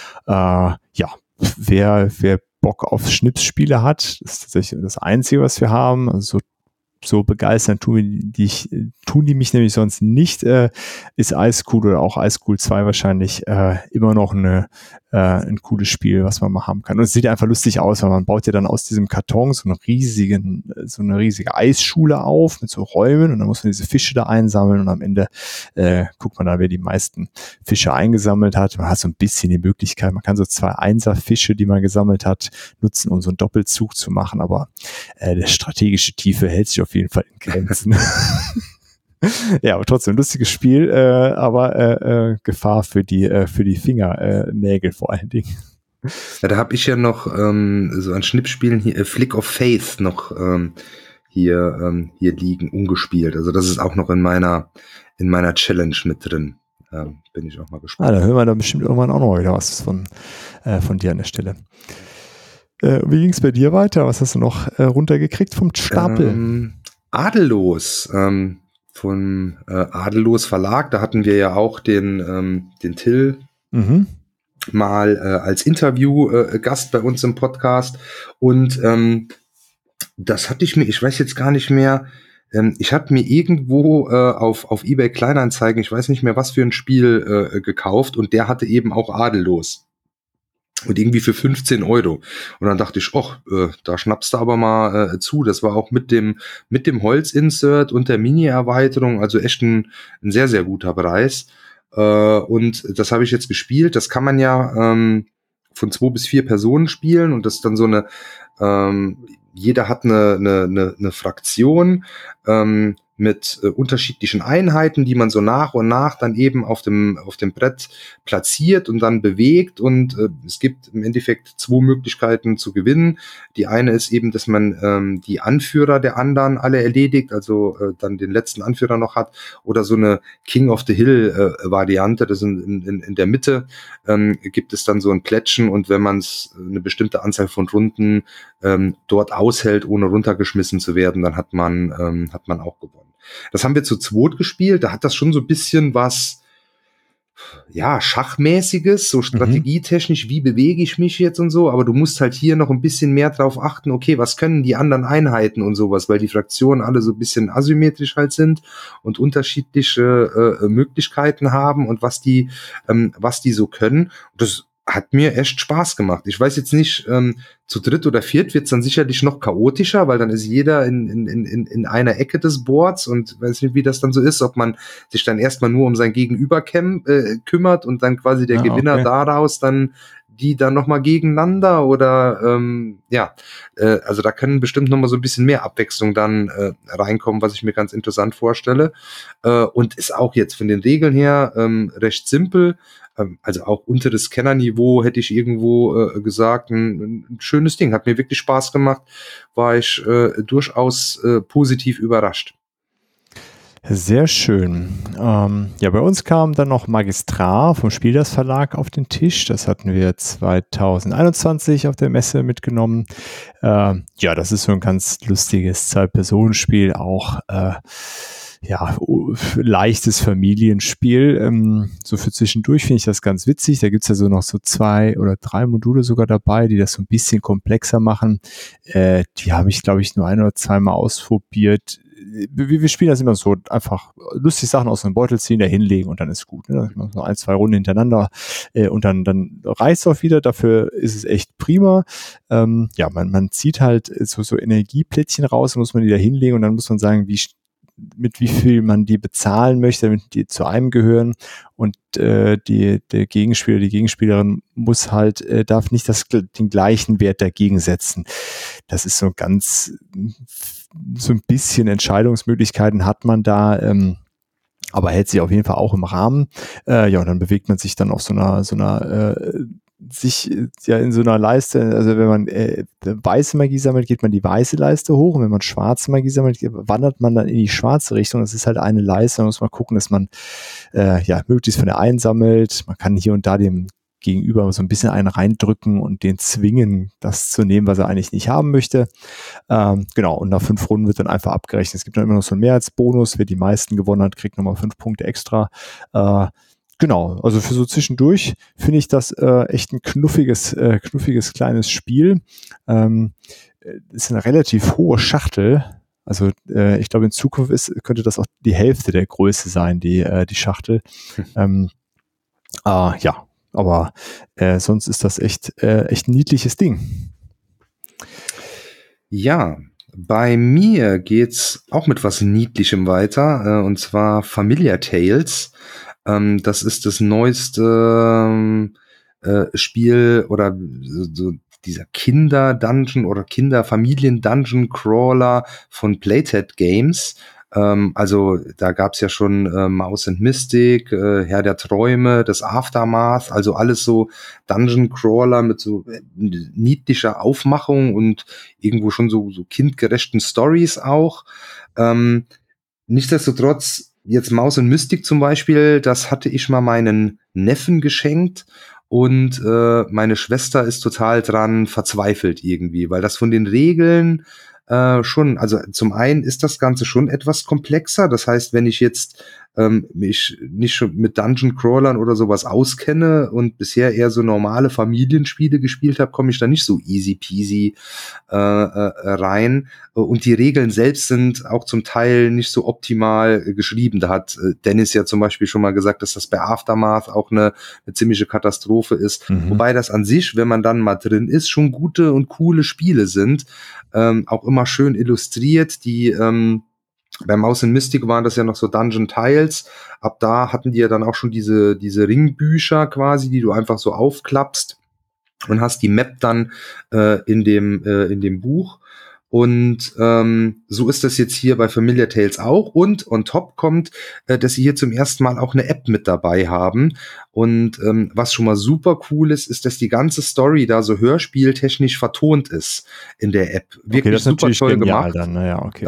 Wer Bock auf Schnipsspiele hat, ist tatsächlich das Einzige, was wir haben. Also so begeistern tun die mich nämlich sonst nicht. Ist Ice Cool oder auch Ice Cool 2 wahrscheinlich immer noch ein cooles Spiel, was man mal haben kann. Und es sieht einfach lustig aus, weil man baut ja dann aus diesem Karton so eine riesige Eisschule auf mit so Räumen und dann muss man diese Fische da einsammeln und am Ende guckt man da, wer die meisten Fische eingesammelt hat. Man hat so ein bisschen die Möglichkeit, man kann so 2 Einser-Fische, die man gesammelt hat, nutzen, um so einen Doppelzug zu machen, aber der strategische Tiefe hält sich auf jeden Fall in Grenzen. Ja, aber trotzdem ein lustiges Spiel, aber Gefahr für die Fingernägel vor allen Dingen. Ja, da habe ich ja noch so an Schnippspielen hier Flick of Faith noch hier liegen, ungespielt. Also das ist auch noch in meiner Challenge mit drin. Bin ich auch mal gespannt. Da hören wir dann bestimmt irgendwann auch noch wieder was von dir an der Stelle. Wie ging es bei dir weiter? Was hast du noch runtergekriegt vom Stapel? Adellos. Von Adellos Verlag, da hatten wir ja auch den Till mal als Interview-Gast bei uns im Podcast. Und das hatte ich mir, ich weiß jetzt gar nicht mehr, ich habe mir irgendwo auf eBay Kleinanzeigen, ich weiß nicht mehr, was für ein Spiel gekauft, und der hatte eben auch Adellos. Und irgendwie für 15 Euro. Und dann dachte ich, da schnappst du aber mal zu. Das war auch mit dem Holzinsert und der Mini-Erweiterung, also echt ein sehr, sehr guter Preis. Und das habe ich jetzt gespielt. Das kann man ja von 2 bis 4 Personen spielen, und das ist dann so eine, jeder hat eine Fraktion mit unterschiedlichen Einheiten, die man so nach und nach dann eben auf dem Brett platziert und dann bewegt, und es gibt im Endeffekt 2 Möglichkeiten zu gewinnen. Die eine ist eben, dass man die Anführer der anderen alle erledigt, also dann den letzten Anführer noch hat, oder so eine King of the Hill Variante, das in der Mitte gibt es dann so ein Plätschen, und wenn man es eine bestimmte Anzahl von Runden dort aushält, ohne runtergeschmissen zu werden, dann hat man auch gewonnen. Das haben wir zu zweit gespielt, da hat das schon so ein bisschen was, ja, Schachmäßiges, so strategietechnisch, wie bewege ich mich jetzt und so, aber du musst halt hier noch ein bisschen mehr drauf achten, okay, was können die anderen Einheiten und sowas, weil die Fraktionen alle so ein bisschen asymmetrisch halt sind und unterschiedliche Möglichkeiten haben, und was die so können. Das hat mir echt Spaß gemacht. Ich weiß jetzt nicht, zu dritt oder viert wird's dann sicherlich noch chaotischer, weil dann ist jeder in einer Ecke des Boards, und weiß nicht, wie das dann so ist, ob man sich dann erstmal nur um sein Gegenüber kümmert und dann quasi der Gewinner daraus dann die dann nochmal gegeneinander, oder also da können bestimmt nochmal so ein bisschen mehr Abwechslung dann reinkommen, was ich mir ganz interessant vorstelle. Und ist auch jetzt von den Regeln her recht simpel. Also auch unter das Kennerniveau hätte ich irgendwo gesagt, ein schönes Ding. Hat mir wirklich Spaß gemacht, war ich durchaus positiv überrascht. Sehr schön. Ja, bei uns kam dann noch Magistrar vom Spielers Verlag auf den Tisch. Das hatten wir 2021 auf der Messe mitgenommen. Ja, das ist so ein ganz lustiges 2-Personen-Spiel, auch leichtes Familienspiel. So für zwischendurch finde ich das ganz witzig. Da gibt's ja so noch so 2 oder 3 Module sogar dabei, die das so ein bisschen komplexer machen. Die habe ich, glaube ich, nur 1 oder 2 Mal ausprobiert. Wir spielen das immer so, einfach lustige Sachen aus einem Beutel ziehen, da hinlegen, und dann ist gut. Ne? So 1, 2 Runden hintereinander und dann reißt es auch wieder. Dafür ist es echt prima. Man zieht halt so Energieplättchen raus, muss man die da hinlegen, und dann muss man sagen, mit wie viel man die bezahlen möchte, damit die zu einem gehören, und der Gegenspieler, die Gegenspielerin muss halt, darf nicht den gleichen Wert dagegen setzen. Das ist so ein bisschen Entscheidungsmöglichkeiten hat man da, aber hält sich auf jeden Fall auch im Rahmen. Und dann bewegt man sich dann auf so einer sich ja in so einer Leiste, also wenn man weiße Magie sammelt, geht man die weiße Leiste hoch, und wenn man schwarze Magie sammelt, wandert man dann in die schwarze Richtung. Das ist halt eine Leiste, da muss man gucken, dass man möglichst von der einen sammelt. Man kann hier und da dem Gegenüber so ein bisschen einen reindrücken und den zwingen, das zu nehmen, was er eigentlich nicht haben möchte. Und nach 5 Runden wird dann einfach abgerechnet. Es gibt dann immer noch so einen Mehrheitsbonus. Wer die meisten gewonnen hat, kriegt nochmal 5 Punkte extra. Also für so zwischendurch finde ich das echt ein knuffiges kleines Spiel. Ist eine relativ hohe Schachtel. Also ich glaube, in Zukunft könnte das auch die Hälfte der Größe sein, die Schachtel. Aber sonst ist das echt ein niedliches Ding. Ja, bei mir geht's auch mit was Niedlichem weiter, und zwar Familiar Tales. Das ist das neueste Spiel, oder so dieser Kinder-Dungeon oder Kinder-Familien-Dungeon-Crawler von Playtet Games. Also da gab's ja schon Mouse and Mystic, Herr der Träume, das Aftermath, also alles so Dungeon-Crawler mit so niedlicher Aufmachung und irgendwo schon so kindgerechten Stories auch. Nichtsdestotrotz, jetzt Mouse and Mystic zum Beispiel, das hatte ich mal meinen Neffen geschenkt, und meine Schwester ist total dran verzweifelt irgendwie, weil das von den Regeln schon, also zum einen ist das Ganze schon etwas komplexer. Das heißt, wenn ich jetzt mich nicht schon mit Dungeon Crawlern oder sowas auskenne und bisher eher so normale Familienspiele gespielt habe, komme ich da nicht so easy peasy rein. Und die Regeln selbst sind auch zum Teil nicht so optimal geschrieben. Da hat Dennis ja zum Beispiel schon mal gesagt, dass das bei Aftermath auch eine ziemliche Katastrophe ist. Wobei das an sich, wenn man dann mal drin ist, schon gute und coole Spiele sind. Auch immer schön illustriert. Die bei Maus and Mystic waren das ja noch so Dungeon Tiles. Ab da hatten die ja dann auch schon diese Ringbücher quasi, die du einfach so aufklappst und hast die Map dann in dem Buch. Und so ist das jetzt hier bei Familiar Tales auch. Und on top kommt, dass sie hier zum ersten Mal auch eine App mit dabei haben. Und was schon mal super cool ist, dass die ganze Story da so hörspieltechnisch vertont ist in der App. Wirklich das ist super toll gemacht. Dann, ja, okay.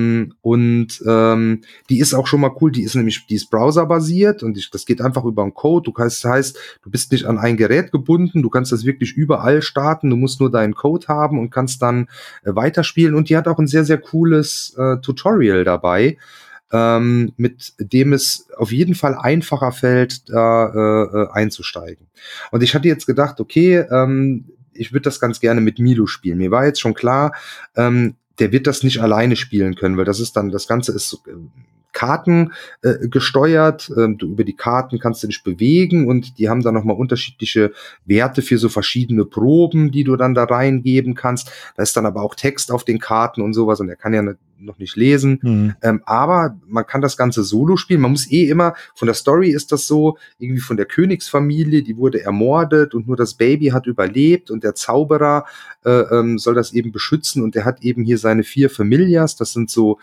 Die ist auch schon mal cool. Die ist browserbasiert und das geht einfach über einen Code. Das heißt, du bist nicht an ein Gerät gebunden. Du kannst das wirklich überall starten. Du musst nur deinen Code haben und kannst dann weiterspielen. Und die hat auch ein sehr, sehr cooles Tutorial dabei, mit dem es auf jeden Fall einfacher fällt, da einzusteigen. Und ich hatte jetzt gedacht, okay, ich würde das ganz gerne mit Milo spielen. Mir war jetzt schon klar, der wird das nicht alleine spielen können, weil das Ganze ist Karten gesteuert. Du über die Karten kannst du dich bewegen und die haben dann nochmal unterschiedliche Werte für so verschiedene Proben, die du dann da reingeben kannst. Da ist dann aber auch Text auf den Karten und sowas und er kann ja noch nicht lesen. Aber man kann das Ganze solo spielen. Man muss immer, von der Story ist das so, irgendwie von der Königsfamilie, die wurde ermordet und nur das Baby hat überlebt und der Zauberer soll das eben beschützen und der hat eben hier seine 4 Familias, das sind so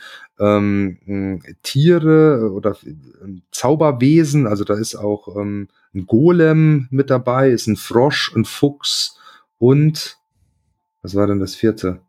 Tiere oder Zauberwesen, also da ist auch ein Golem mit dabei, ist ein Frosch, ein Fuchs und was war denn das 4.?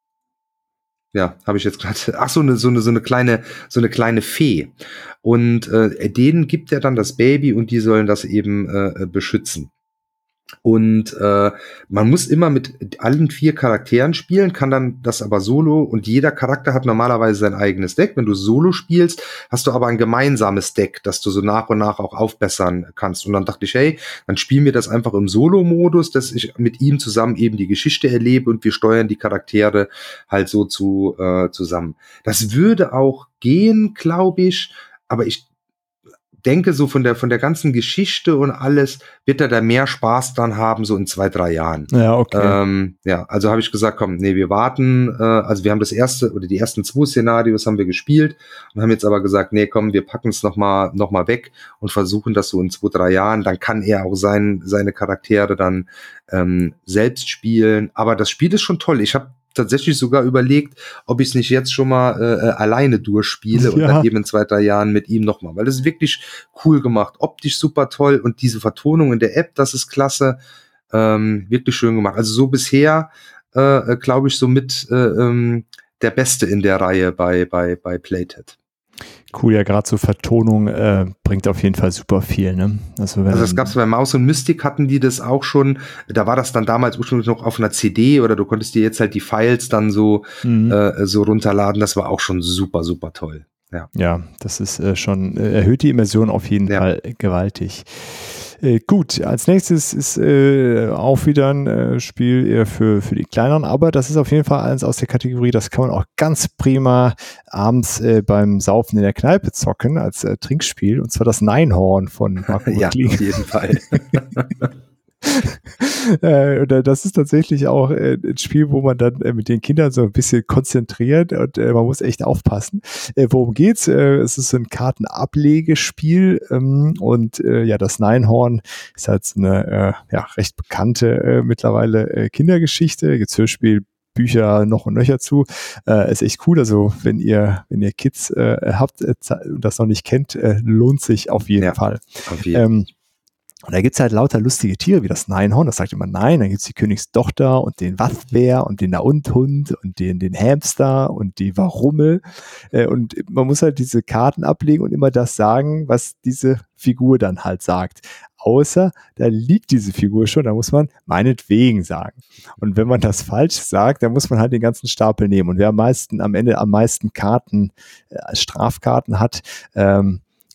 Ja, habe ich jetzt gerade. Ach so, eine kleine Fee. Und denen gibt er dann das Baby und die sollen das eben beschützen. Und man muss immer mit allen 4 Charakteren spielen, kann dann das aber solo und jeder Charakter hat normalerweise sein eigenes Deck. Wenn du solo spielst, hast du aber ein gemeinsames Deck, das du so nach und nach auch aufbessern kannst. Und dann dachte ich, hey, dann spielen wir das einfach im Solo-Modus, dass ich mit ihm zusammen eben die Geschichte erlebe und wir steuern die Charaktere halt so zusammen. Das würde auch gehen, glaube ich, aber ich denke, so von der ganzen Geschichte und alles wird er da mehr Spaß dran haben, so in 2-3 Jahren. Ja, okay. Also habe ich gesagt, komm, nee, wir warten. Also wir haben das erste oder die ersten 2 Szenarios haben wir gespielt und haben jetzt aber gesagt, nee, komm, wir packen es noch mal weg und versuchen das so in 2-3 Jahren. Dann kann er auch seine Charaktere dann selbst spielen. Aber das Spiel ist schon toll. Ich habe tatsächlich sogar überlegt, ob ich es nicht jetzt schon mal alleine durchspiele und dann eben in 2-3 Jahren mit ihm nochmal, weil das ist wirklich cool gemacht, optisch super toll und diese Vertonung in der App, das ist klasse, wirklich schön gemacht. Also so bisher, glaube ich, so mit der Beste in der Reihe bei Playtech. Cool, ja, gerade so Vertonung bringt auf jeden Fall super viel, ne? Also das gab's bei Maus und Mystic, hatten die das auch schon, da war das dann damals ursprünglich noch auf einer CD oder du konntest dir jetzt halt die Files dann so runterladen, das war auch schon super, super toll. Ja, das ist schon, erhöht die Immersion auf jeden Fall gewaltig. Gut, als nächstes ist auch wieder ein Spiel eher für die Kleineren, aber das ist auf jeden Fall eins aus der Kategorie, das kann man auch ganz prima abends beim Saufen in der Kneipe zocken als Trinkspiel, und zwar das Neinhorn von Marco Ja, auf jeden Fall. Das ist tatsächlich auch ein Spiel, wo man dann mit den Kindern so ein bisschen konzentriert und man muss echt aufpassen. Worum geht's? Es ist so ein Kartenablegespiel und das Neinhorn ist halt so eine recht bekannte mittlerweile Kindergeschichte. Gibt's Hörspiel, Bücher noch und nöcher zu. Ist echt cool. Also wenn ihr Kids habt und das noch nicht kennt, lohnt sich auf jeden Fall. Auf jeden Fall. Und da gibt's halt lauter lustige Tiere, wie das Neinhorn, das sagt immer nein, dann gibt's die Königstochter und den Waschbär und den Naundhund und den Hamster und die Warummel. Und man muss halt diese Karten ablegen und immer das sagen, was diese Figur dann halt sagt. Außer, da liegt diese Figur schon, da muss man meinetwegen sagen. Und wenn man das falsch sagt, dann muss man halt den ganzen Stapel nehmen. Und wer am Ende am meisten Karten, Strafkarten hat,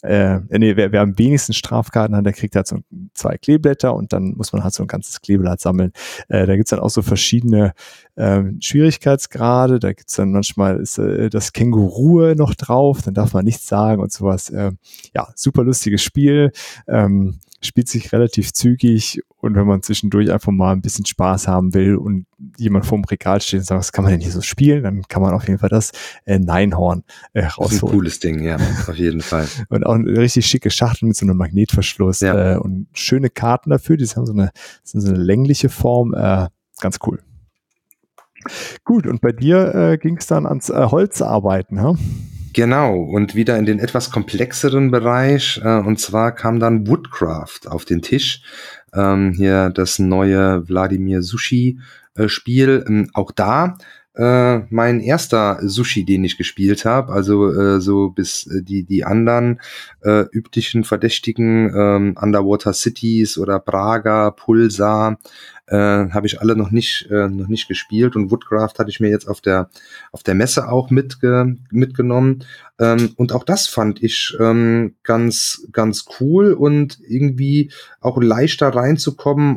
wer am wenigsten Strafkarten hat, der kriegt halt so 2 Kleeblätter und dann muss man halt so ein ganzes Kleeblatt sammeln. Da gibt's dann auch so verschiedene Schwierigkeitsgrade. Da gibt's dann manchmal ist das Känguru noch drauf, dann darf man nichts sagen und sowas. Ja, super lustiges Spiel. Spielt sich relativ zügig und wenn man zwischendurch einfach mal ein bisschen Spaß haben will und jemand vorm Regal steht und sagt, was kann man denn hier so spielen, dann kann man auf jeden Fall das Neinhorn rausholen. Das ist ein cooles Ding, ja, auf jeden Fall. Und auch eine richtig schicke Schachtel mit so einem Magnetverschluss und schöne Karten dafür, die haben so eine längliche Form, ganz cool. Gut, und bei dir ging es dann ans Holzarbeiten, ha? Genau, und wieder in den etwas komplexeren Bereich, und zwar kam dann Woodcraft auf den Tisch. Hier das neue Wladimir Sushi Spiel. Auch da mein erster Sushi, den ich gespielt habe, also so bis die anderen üblichen Verdächtigen, Underwater Cities oder Praga, Pulsar, habe ich alle noch nicht gespielt, und Woodcraft hatte ich mir jetzt auf der Messe auch mitgenommen, und auch das fand ich ganz cool und irgendwie auch leichter reinzukommen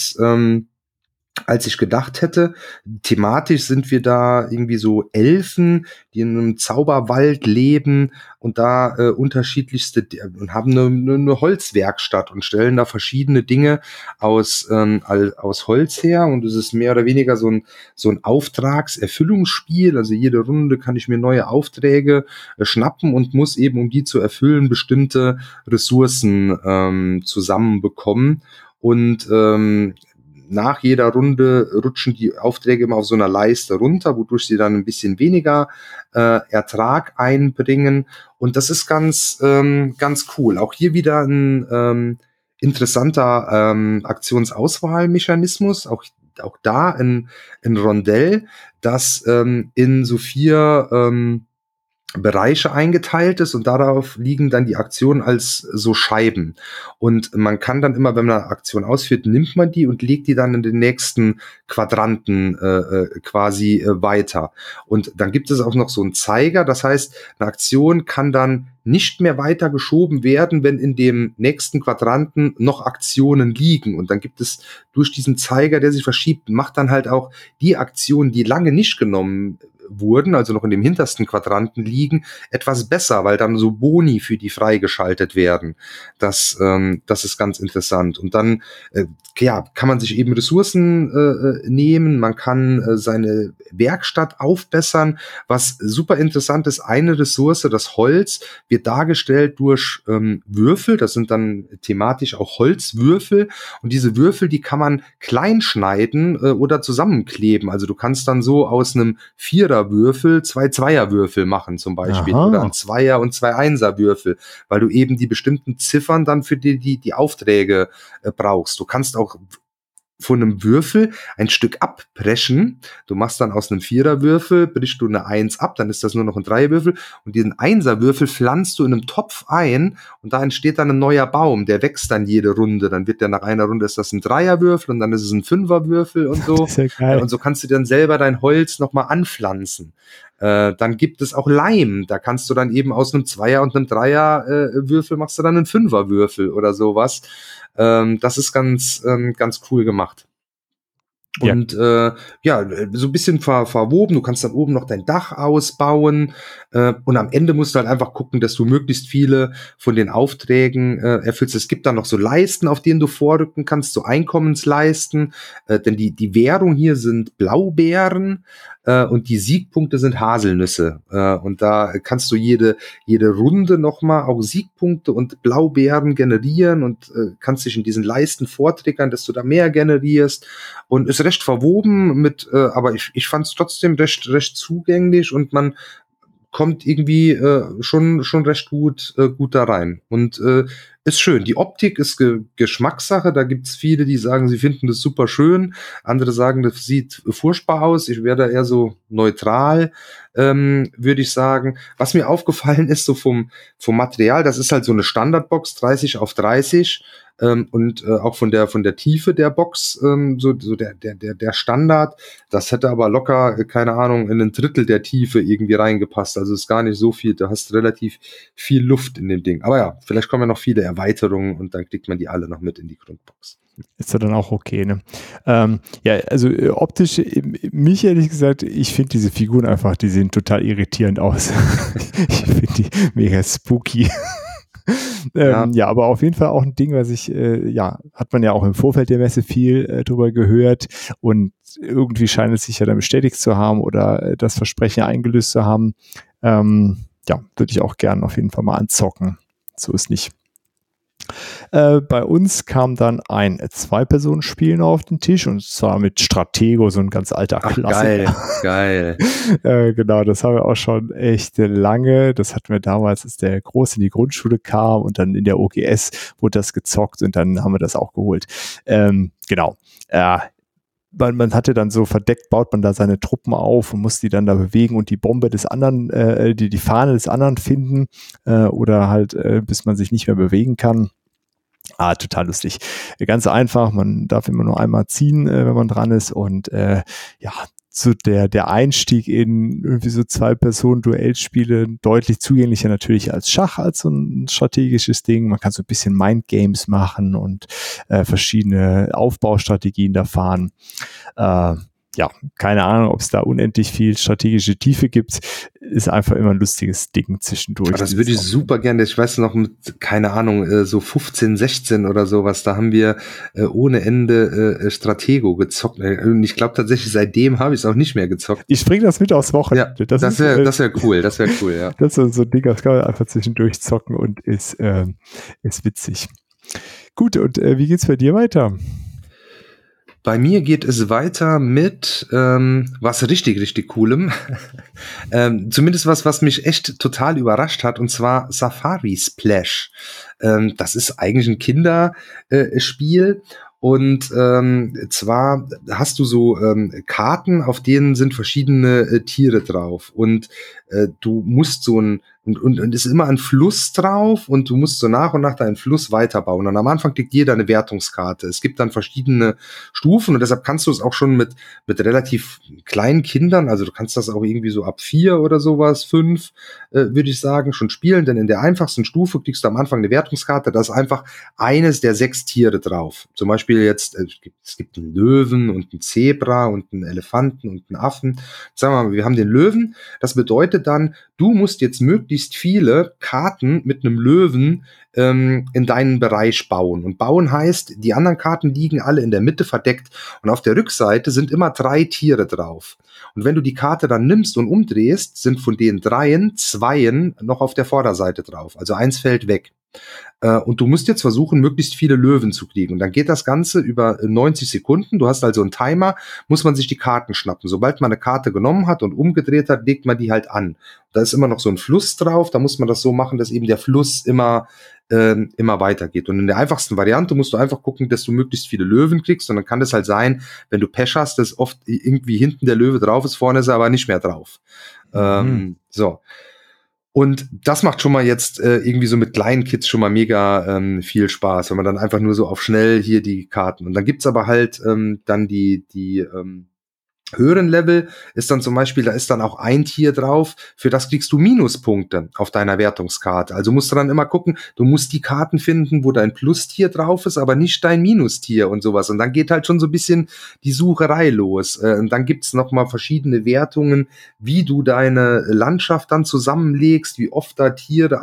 als ich gedacht hätte. Thematisch sind wir da irgendwie so Elfen, die in einem Zauberwald leben und da unterschiedlichste und haben eine Holzwerkstatt und stellen da verschiedene Dinge aus Holz her, und es ist mehr oder weniger so ein Auftragserfüllungsspiel. Also jede Runde kann ich mir neue Aufträge schnappen und muss eben, um die zu erfüllen, bestimmte Ressourcen zusammenbekommen, und nach jeder Runde rutschen die Aufträge immer auf so einer Leiste runter, wodurch sie dann ein bisschen weniger Ertrag einbringen. Und das ist ganz cool. Auch hier wieder ein interessanter Aktionsauswahlmechanismus. Auch da ein Rondell, das in so 4 Bereiche eingeteilt ist, und darauf liegen dann die Aktionen als so Scheiben. Und man kann dann immer, wenn man eine Aktion ausführt, nimmt man die und legt die dann in den nächsten Quadranten quasi weiter. Und dann gibt es auch noch so einen Zeiger, das heißt, eine Aktion kann dann nicht mehr weiter geschoben werden, wenn in dem nächsten Quadranten noch Aktionen liegen. Und dann gibt es durch diesen Zeiger, der sich verschiebt, macht dann halt auch die Aktionen, die lange nicht genommen wurden, also noch in dem hintersten Quadranten liegen, etwas besser, weil dann so Boni für die freigeschaltet werden. Das ist ganz interessant. Und dann kann man sich eben Ressourcen nehmen, man kann seine Werkstatt aufbessern. Was super interessant ist, eine Ressource, das Holz, wird dargestellt durch Würfel, das sind dann thematisch auch Holzwürfel, und diese Würfel, die kann man klein schneiden oder zusammenkleben. Also du kannst dann so aus einem Viererwürfel 2 Zweierwürfel machen zum Beispiel. Aha. Oder ein Zweier- und 2 Einserwürfel, weil du eben die bestimmten Ziffern dann für die Aufträge brauchst. Du kannst auch von einem Würfel ein Stück abbrechen. Du machst dann aus einem Viererwürfel, brichst du eine 1 ab, dann ist das nur noch ein Dreierwürfel, und diesen Einserwürfel pflanzt du in einem Topf ein, und da entsteht dann ein neuer Baum, der wächst dann jede Runde. Dann wird der nach einer Runde, ist das ein Dreierwürfel, und dann ist es ein Fünferwürfel und so. Das ist ja geil. Und so kannst du dann selber dein Holz nochmal anpflanzen. Dann gibt es auch Leim, da kannst du dann eben aus einem Zweier- und einem Dreierwürfel machst du dann einen Fünferwürfel oder sowas. Das ist ganz cool gemacht. Ja. Und so ein bisschen verwoben. Du kannst dann oben noch dein Dach ausbauen, und am Ende musst du halt einfach gucken, dass du möglichst viele von den Aufträgen erfüllst. Es gibt dann noch so Leisten, auf denen du vorrücken kannst, so Einkommensleisten, denn die Währung hier sind Blaubeeren, und die Siegpunkte sind Haselnüsse, und da kannst du jede Runde nochmal auch Siegpunkte und Blaubeeren generieren und kannst dich in diesen Leisten vortriggern, dass du da mehr generierst, und ist recht verwoben mit, aber ich fand es trotzdem recht zugänglich, und man kommt irgendwie schon recht gut da rein. Und ist schön. Die Optik ist Geschmackssache. Da gibt's viele, die sagen, sie finden das super schön. Andere sagen, das sieht furchtbar aus. Ich wäre da eher so neutral, würde ich sagen. Was mir aufgefallen ist, so vom Material, das ist halt so eine Standardbox, 30x30. Und auch von der Tiefe der Box, so der Standard, das hätte aber locker, keine Ahnung, in ein Drittel der Tiefe irgendwie reingepasst. Also ist gar nicht so viel, da hast relativ viel Luft in dem Ding. Aber ja, vielleicht kommen ja noch viele Erweiterungen und dann kriegt man die alle noch mit in die Grundbox. Ist ja dann auch okay, ne? Ja, also optisch, mich ehrlich gesagt, ich finde diese Figuren einfach, die sehen total irritierend aus. Ich finde die mega spooky. Ja, aber auf jeden Fall auch ein Ding, was ich, hat man ja auch im Vorfeld der Messe viel drüber gehört und irgendwie scheint es sich ja dann bestätigt zu haben oder das Versprechen eingelöst zu haben. Würde ich auch gerne auf jeden Fall mal anzocken. So ist nicht. Bei uns kam dann ein 2-Personen-Spiel noch auf den Tisch und zwar mit Stratego, so ein ganz alter Klassiker. Geil. Genau, das haben wir auch schon echt lange. Das hatten wir damals, als der Groß in die Grundschule kam und dann in der OGS wurde das gezockt und dann haben wir das auch geholt. Genau. Man hatte dann so verdeckt, baut man da seine Truppen auf und muss die dann da bewegen und die Bombe des anderen, die Fahne des anderen finden oder halt bis man sich nicht mehr bewegen kann. Total lustig. Ganz einfach, man darf immer nur einmal ziehen, wenn man dran ist und so der Einstieg in irgendwie so 2-Personen-Duellspiele deutlich zugänglicher natürlich als Schach, als so ein strategisches Ding. Man kann so ein bisschen Mindgames machen und verschiedene Aufbaustrategien da fahren. Keine Ahnung, ob es da unendlich viel strategische Tiefe gibt. Ist einfach immer ein lustiges Ding zwischendurch. Aber das würde ich super gerne, ich weiß noch mit, keine Ahnung, so 15, 16 oder sowas, da haben wir ohne Ende Stratego gezockt. Und ich glaube tatsächlich, seitdem habe ich es auch nicht mehr gezockt. Ich bringe das mit aufs Wochenende. Ja, das wäre cool, ja. Das ist so ein Ding, das kann man einfach zwischendurch zocken und ist witzig. Gut, und wie geht's bei dir weiter? Bei mir geht es weiter mit was richtig Coolem. Zumindest was mich echt total überrascht hat, und zwar Safari Splash. Das ist eigentlich ein Kinderspiel. Und zwar hast du so Karten, auf denen sind verschiedene Tiere drauf. Und du musst so und ist immer ein Fluss drauf und du musst so nach und nach deinen Fluss weiterbauen. Und am Anfang kriegt jeder eine Wertungskarte. Es gibt dann verschiedene Stufen und deshalb kannst du es auch schon mit relativ kleinen Kindern, also du kannst das auch irgendwie so ab 4 oder sowas, 5, würde ich sagen, schon spielen. Denn in der einfachsten Stufe kriegst du am Anfang eine Wertungskarte, da ist einfach eines der 6 Tiere drauf. Zum Beispiel jetzt, es gibt einen Löwen und einen Zebra und einen Elefanten und einen Affen. Sagen wir mal, wir haben den Löwen. Das bedeutet dann, du musst jetzt möglichst viele Karten mit einem Löwen in deinen Bereich bauen. Und bauen heißt, die anderen Karten liegen alle in der Mitte verdeckt und auf der Rückseite sind immer 3 Tiere drauf. Und wenn du die Karte dann nimmst und umdrehst, sind von den 3 2 noch auf der Vorderseite drauf. Also 1 fällt weg. Und du musst jetzt versuchen, möglichst viele Löwen zu kriegen. Und dann geht das Ganze über 90 Sekunden. Du hast also einen Timer, muss man sich die Karten schnappen. Sobald man eine Karte genommen hat und umgedreht hat, legt man die halt an. Da ist immer noch so ein Fluss drauf. Da muss man das so machen, dass eben der Fluss immer weitergeht. Und in der einfachsten Variante musst du einfach gucken, dass du möglichst viele Löwen kriegst. Und dann kann das halt sein, wenn du Pech hast, dass oft irgendwie hinten der Löwe drauf ist, vorne ist er aber nicht mehr drauf. So. Und das macht schon mal jetzt irgendwie so mit kleinen Kids schon mal mega viel Spaß, wenn man dann einfach nur so auf schnell hier die Karten. Und dann gibt's aber halt dann die höheren Level ist dann zum Beispiel, da ist dann auch ein Tier drauf, für das kriegst du Minuspunkte auf deiner Wertungskarte. Also musst du dann immer gucken, du musst die Karten finden, wo dein Plustier drauf ist, aber nicht dein Minustier und sowas. Und dann geht halt schon so ein bisschen die Sucherei los. Und dann gibt's noch mal verschiedene Wertungen, wie du deine Landschaft dann zusammenlegst, wie oft da Tiere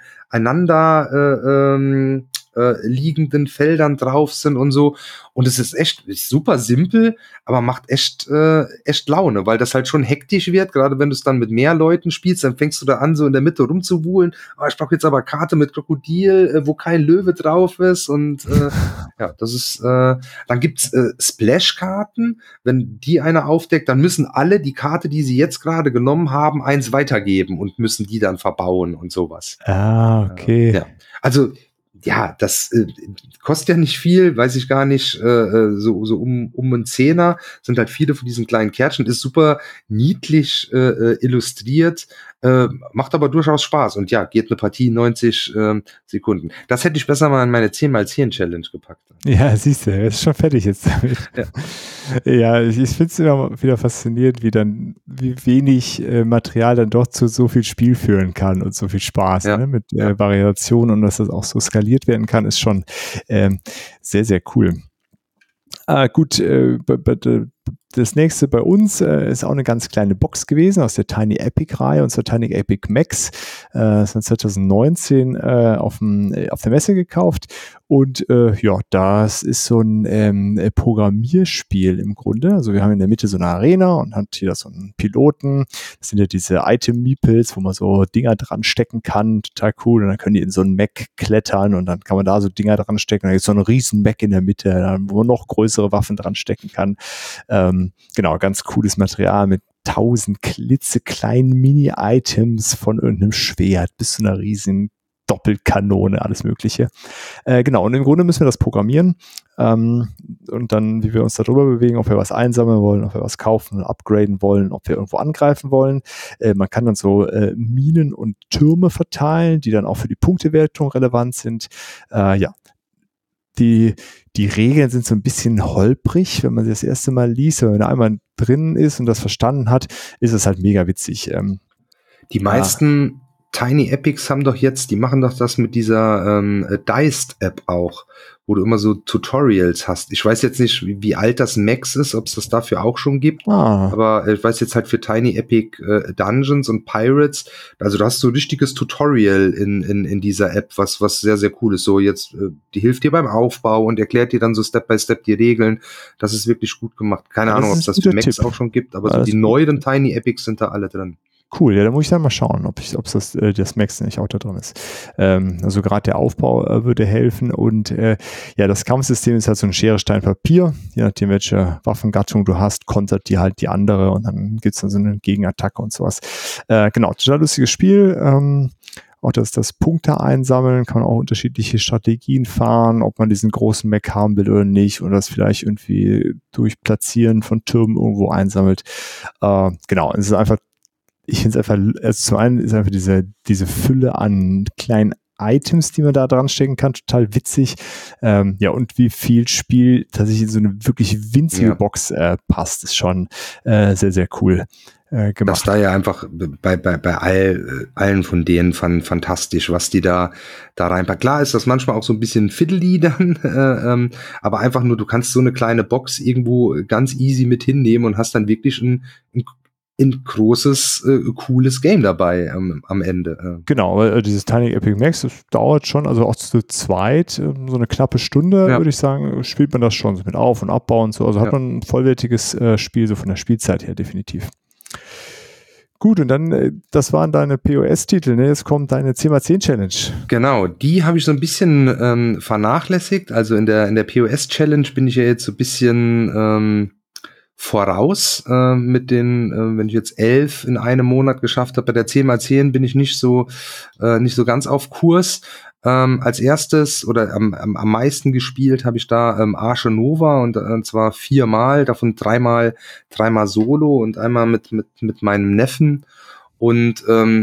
aneinander liegenden Feldern drauf sind und so. Und es ist super simpel, aber macht echt Laune, weil das halt schon hektisch wird, gerade wenn du es dann mit mehr Leuten spielst, dann fängst du da an, so in der Mitte rumzuwuhlen. Ich brauche jetzt aber Karte mit Krokodil, wo kein Löwe drauf ist und ja, das ist, dann gibt's Splash-Karten, wenn die einer aufdeckt, dann müssen alle die Karte, die sie jetzt gerade genommen haben, 1 weitergeben und müssen die dann verbauen und sowas. Okay. Ja. Also ja, das kostet ja nicht viel, weiß ich gar nicht, so um einen Zehner, sind halt viele von diesen kleinen Kärtchen, ist super niedlich illustriert, macht aber durchaus Spaß und ja, geht eine Partie 90 Sekunden. Das hätte ich besser mal in meine 10x10 Challenge gepackt. Ja, siehst du, er ist schon fertig jetzt damit. Ja. Ja, ich finde es immer wieder faszinierend, wie wenig Material dann doch zu so viel Spiel führen kann und so viel Spaß, Ja. ne, mit Variationen und dass das auch so skaliert werden kann, ist schon sehr, sehr cool. Gut, das nächste bei uns ist auch eine ganz kleine Box gewesen aus der Tiny Epic Reihe und zwar Tiny Epic Max. Das haben wir 2019 auf der Messe gekauft und ja, das ist so ein Programmierspiel im Grunde. Also wir haben in der Mitte so eine Arena und hat hier so einen Piloten. Das sind ja diese Item-Meeples, wo man so Dinger dran stecken kann. Total cool. Und dann können die in so einen Mac klettern und dann kann man da so Dinger dran stecken. Da gibt es so einen riesen Mac in der Mitte, wo man noch größere Waffen dran stecken kann. Genau, ganz cooles Material mit 1000 klitzekleinen Mini-Items von irgendeinem Schwert bis zu einer riesigen Doppelkanone, alles Mögliche. Genau, und im Grunde müssen wir das programmieren und dann, wie wir uns darüber bewegen, ob wir was einsammeln wollen, ob wir was kaufen, upgraden wollen, ob wir irgendwo angreifen wollen. Man kann dann so Minen und Türme verteilen, die dann auch für die Punktewertung relevant sind. Ja, die Regeln sind so ein bisschen holprig, wenn man sie das erste Mal liest, aber wenn er einmal drin ist und das verstanden hat, ist es halt mega witzig. Die meisten Tiny Epics haben doch jetzt, die machen doch das mit dieser Diced-App auch, wo du immer so Tutorials hast. Ich weiß jetzt nicht, wie alt das Max ist, ob es das dafür auch schon gibt, aber ich weiß jetzt halt für Tiny Epic Dungeons und Pirates, also du hast so ein richtiges Tutorial in dieser App, was sehr, sehr cool ist. So jetzt, die hilft dir beim Aufbau und erklärt dir dann so Step by Step die Regeln. Das ist wirklich gut gemacht. Keine Ahnung, ob es das für Max auch schon gibt, aber so die neueren Tiny Epics sind da alle drin. Cool, ja, da muss ich dann mal schauen, ob das Max nicht auch da drin ist. Also gerade der Aufbau würde helfen und ja, das Kampfsystem ist halt so ein Schere, Stein, Papier. Je nachdem, welche Waffengattung du hast, kontert die halt die andere und dann gibt's dann so eine Gegenattacke und sowas. Genau, total lustiges Spiel. Auch das Punkte einsammeln, kann man auch unterschiedliche Strategien fahren, ob man diesen großen Mech haben will oder nicht oder das vielleicht irgendwie durch Platzieren von Türmen irgendwo einsammelt. Genau, es ist einfach, ich finde es einfach, also zum einen ist einfach diese Fülle an kleinen Items, die man da dran stecken kann, total witzig. Ja, und wie viel Spiel tatsächlich in so eine wirklich winzige Box passt, ist schon sehr, sehr cool gemacht. Das da ja einfach bei allen von denen fantastisch, was die da reinpacken. Klar ist das manchmal auch so ein bisschen fiddly dann, aber einfach nur, du kannst so eine kleine Box irgendwo ganz easy mit hinnehmen und hast dann wirklich ein großes, cooles Game dabei am Ende. Genau, weil dieses Tiny Epic Max, das dauert schon, also auch zu zweit, so eine knappe Stunde, würde ich sagen, spielt man das schon so mit Auf- und Abbau und so. Also hat man ein vollwertiges Spiel, so von der Spielzeit her definitiv. Gut, und dann, das waren deine POS-Titel, ne? Jetzt kommt deine 10x10-Challenge. Genau, die habe ich so ein bisschen vernachlässigt. Also in der POS-Challenge bin ich ja jetzt so ein bisschen voraus mit den, wenn ich jetzt 11 in einem Monat geschafft habe. Bei der 10x10 bin ich nicht so ganz auf Kurs. Als erstes oder am meisten gespielt habe ich da Arche Nova und zwar 4-mal, davon dreimal Solo und einmal mit meinem Neffen. Und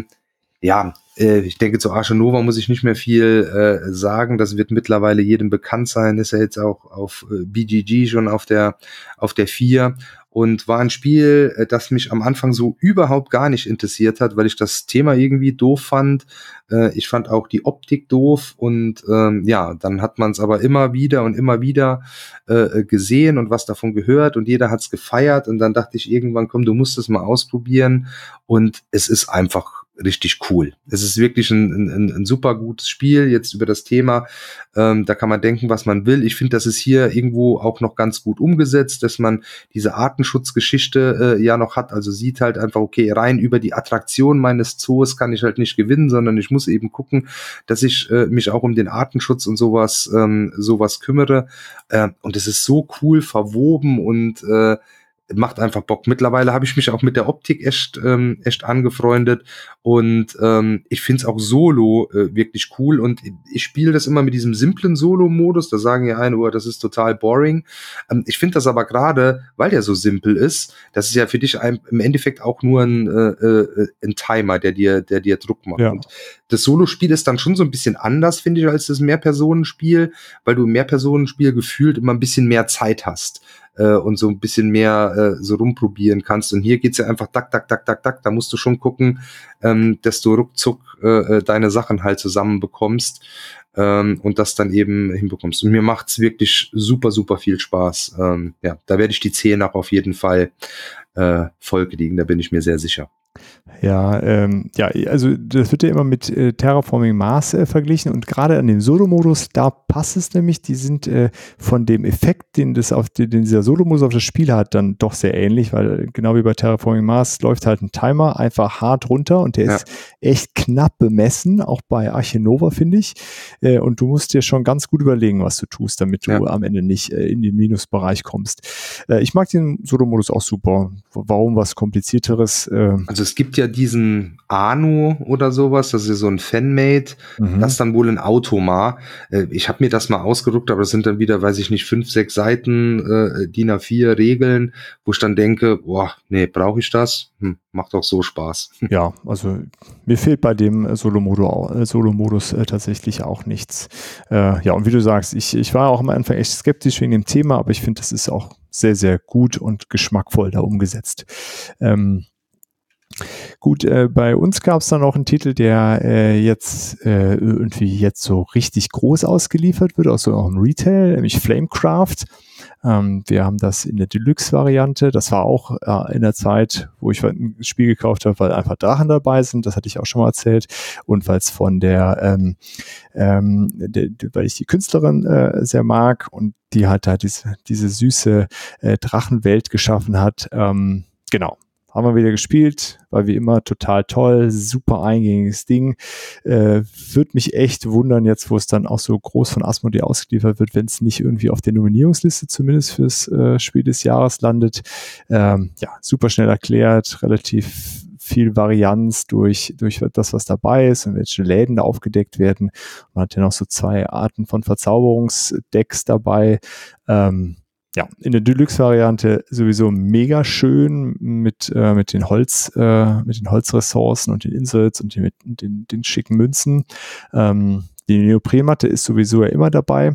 ich denke, zu Arche Nova muss ich nicht mehr viel sagen. Das wird mittlerweile jedem bekannt sein. Ist ja jetzt auch auf BGG schon auf der 4 und war ein Spiel, das mich am Anfang so überhaupt gar nicht interessiert hat, weil ich das Thema irgendwie doof fand. Ich fand auch die Optik doof und dann hat man es aber immer wieder gesehen und was davon gehört und jeder hat es gefeiert und dann dachte ich irgendwann, komm, du musst es mal ausprobieren und es ist einfach richtig cool. Es ist wirklich ein super gutes Spiel jetzt über das Thema. Da kann man denken, was man will. Ich finde, das ist hier irgendwo auch noch ganz gut umgesetzt, dass man diese Artenschutzgeschichte noch hat. Also sieht halt einfach, okay, rein über die Attraktion meines Zoos kann ich halt nicht gewinnen, sondern ich muss eben gucken, dass ich mich auch um den Artenschutz und sowas kümmere. Und es ist so cool verwoben und macht einfach Bock. Mittlerweile habe ich mich auch mit der Optik echt angefreundet und ich finde es auch solo wirklich cool und ich spiele das immer mit diesem simplen Solo-Modus. Da sagen ja einige, das ist total boring. Ich finde das aber gerade, weil der so simpel ist, das ist ja für dich im Endeffekt auch nur ein Timer, der dir Druck macht. Ja. Und das Solo-Spiel ist dann schon so ein bisschen anders, finde ich, als das Mehrpersonenspiel, weil du im Mehrpersonenspiel gefühlt immer ein bisschen mehr Zeit hast und so ein bisschen mehr so rumprobieren kannst. Und hier geht's ja einfach tak, da musst du schon gucken, dass du ruckzuck deine Sachen halt zusammenbekommst und das dann eben hinbekommst. Und mir macht's wirklich super, super viel Spaß. Ja, da werde ich die 10 auch auf jeden Fall voll kriegen, da bin ich mir sehr sicher. Ja, also das wird ja immer mit Terraforming Mars verglichen und gerade an dem Solo-Modus, da passt es nämlich, die sind von dem Effekt, den dieser Solo-Modus auf das Spiel hat, dann doch sehr ähnlich, weil genau wie bei Terraforming Mars läuft halt ein Timer einfach hart runter und der ist echt knapp bemessen, auch bei Arche Nova, finde ich, und du musst dir schon ganz gut überlegen, was du tust, damit du am Ende nicht in den Minusbereich kommst. Ich mag den Solo-Modus auch super. Warum was Komplizierteres? Also es gibt ja diesen Anu oder sowas, das ist so ein Fanmade, das ist dann wohl ein Automa. Ich habe mir das mal ausgedruckt, aber das sind dann wieder, weiß ich nicht, 5, 6 Seiten, DIN A4 Regeln, wo ich dann denke, boah, nee, brauche ich das? Macht doch so Spaß. Ja, also mir fehlt bei dem Solo-Modus tatsächlich auch nichts. Ja, und wie du sagst, ich war auch am Anfang echt skeptisch wegen dem Thema, aber ich finde, das ist auch sehr, sehr gut und geschmackvoll da umgesetzt. Gut, bei uns gab es dann noch einen Titel, der jetzt so richtig groß ausgeliefert wird, also auch im Retail, nämlich Flamecraft. Wir haben das in der Deluxe-Variante. Das war auch in der Zeit, wo ich ein Spiel gekauft habe, weil einfach Drachen dabei sind. Das hatte ich auch schon mal erzählt. Und weil es von weil ich die Künstlerin sehr mag und die halt diese süße Drachenwelt geschaffen hat. Genau. Haben wir wieder gespielt, war wie immer total toll, super eingängiges Ding. Würde mich echt wundern jetzt, wo es dann auch so groß von Asmodee ausgeliefert wird, wenn es nicht irgendwie auf der Nominierungsliste zumindest fürs Spiel des Jahres landet. Ja, super schnell erklärt, relativ viel Varianz durch das, was dabei ist und welche Läden da aufgedeckt werden. Man hat ja noch so 2 Arten von Verzauberungsdecks dabei. Ja, in der Deluxe-Variante sowieso mega schön mit den Holzressourcen und den Inserts und den schicken Münzen. Die Neoprenmatte ist sowieso ja immer dabei.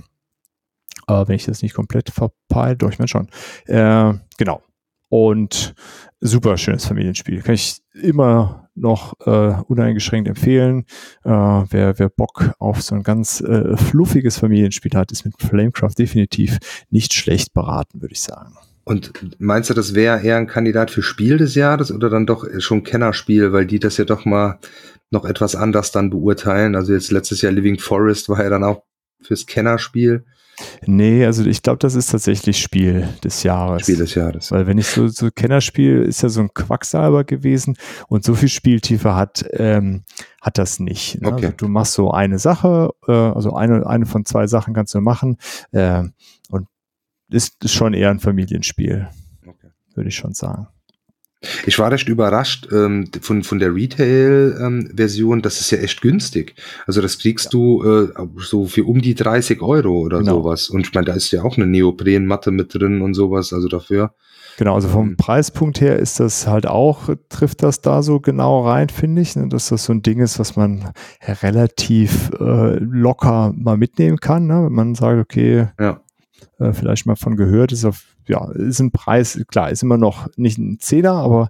Wenn ich das nicht komplett verpeile, doch, ich meine schon. Genau. Und super schönes Familienspiel. Kann ich immer noch uneingeschränkt empfehlen. Wer Bock auf so ein ganz fluffiges Familienspiel hat, ist mit Flamecraft definitiv nicht schlecht beraten, würde ich sagen. Und meinst du, das wäre eher ein Kandidat für Spiel des Jahres oder dann doch schon Kennerspiel, weil die das ja doch mal noch etwas anders dann beurteilen? Also jetzt letztes Jahr Living Forest war ja dann auch fürs Kennerspiel. Nee, also ich glaube, das ist tatsächlich Spiel des Jahres. Spiel des Jahres. Weil wenn ich so Kennerspiel, ist ja so ein Quacksalber gewesen und so viel Spieltiefe hat das nicht. Ne? Okay. Also du machst so eine Sache, also eine von 2 Sachen kannst du machen und ist schon eher ein Familienspiel, würde ich schon sagen. Ich war recht überrascht von der Retail-Version, das ist ja echt günstig. Also das kriegst du so für um die 30 € oder sowas. Und ich meine, da ist ja auch eine Neoprenmatte mit drin und sowas, also dafür. Genau, also vom Preispunkt her ist das halt auch, trifft das da so genau rein, finde ich, ne, dass das so ein Ding ist, was man relativ locker mal mitnehmen kann, ne, wenn man sagt, okay, vielleicht mal von gehört, ist ein Preis, klar, ist immer noch nicht ein Zehner, aber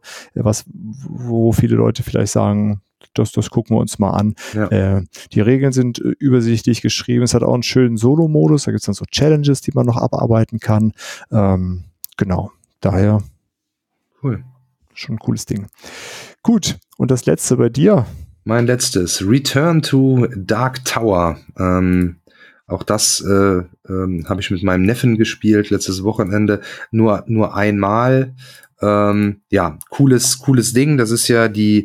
wo viele Leute vielleicht sagen, das gucken wir uns mal an. Ja. Die Regeln sind übersichtlich geschrieben, es hat auch einen schönen Solo-Modus, da gibt es dann so Challenges, die man noch abarbeiten kann. Genau, daher cool. Schon ein cooles Ding. Gut, und das letzte bei dir? Mein letztes, Return to Dark Tower. Auch das habe ich mit meinem Neffen gespielt, letztes Wochenende, nur einmal. Ja, cooles Ding. Das ist ja die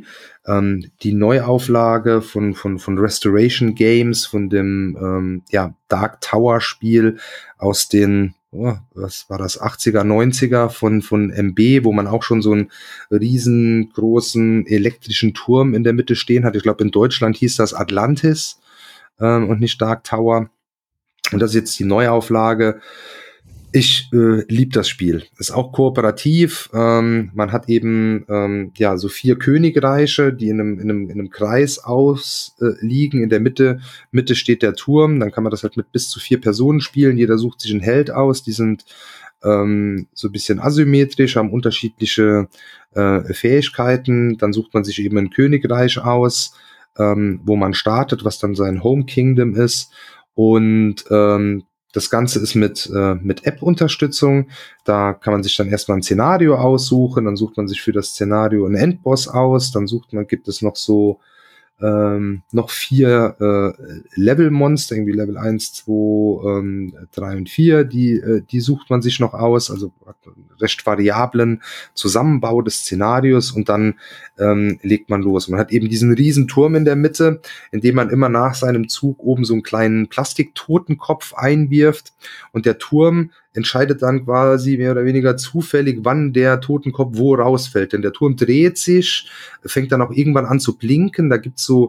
Neuauflage von Restoration Games, von dem Dark Tower Spiel aus den was war das, 80er, 90er von MB, wo man auch schon so einen riesengroßen elektrischen Turm in der Mitte stehen hat. Ich glaube, in Deutschland hieß das Atlantis und nicht Dark Tower. Und das ist jetzt die Neuauflage. Ich liebe das Spiel. Ist auch kooperativ. Man hat eben so 4 Königreiche, die in einem Kreis ausliegen. In der Mitte steht der Turm. Dann kann man das halt mit bis zu 4 Personen spielen. Jeder sucht sich einen Held aus. Die sind so ein bisschen asymmetrisch, haben unterschiedliche Fähigkeiten. Dann sucht man sich eben ein Königreich aus, wo man startet, was dann sein Home Kingdom ist. Und das Ganze ist mit App-Unterstützung. Da kann man sich dann erstmal ein Szenario aussuchen, dann sucht man sich für das Szenario einen Endboss aus, dann gibt es noch so noch 4 Level-Monster, irgendwie Level 1, 2, 3 und 4, die sucht man sich noch aus, also recht variablen Zusammenbau des Szenarios und dann legt man los. Man hat eben diesen riesen Turm in der Mitte, in dem man immer nach seinem Zug oben so einen kleinen Plastiktotenkopf einwirft und der Turm entscheidet dann quasi mehr oder weniger zufällig, wann der Totenkopf wo rausfällt. Denn der Turm dreht sich, fängt dann auch irgendwann an zu blinken. Da gibt's so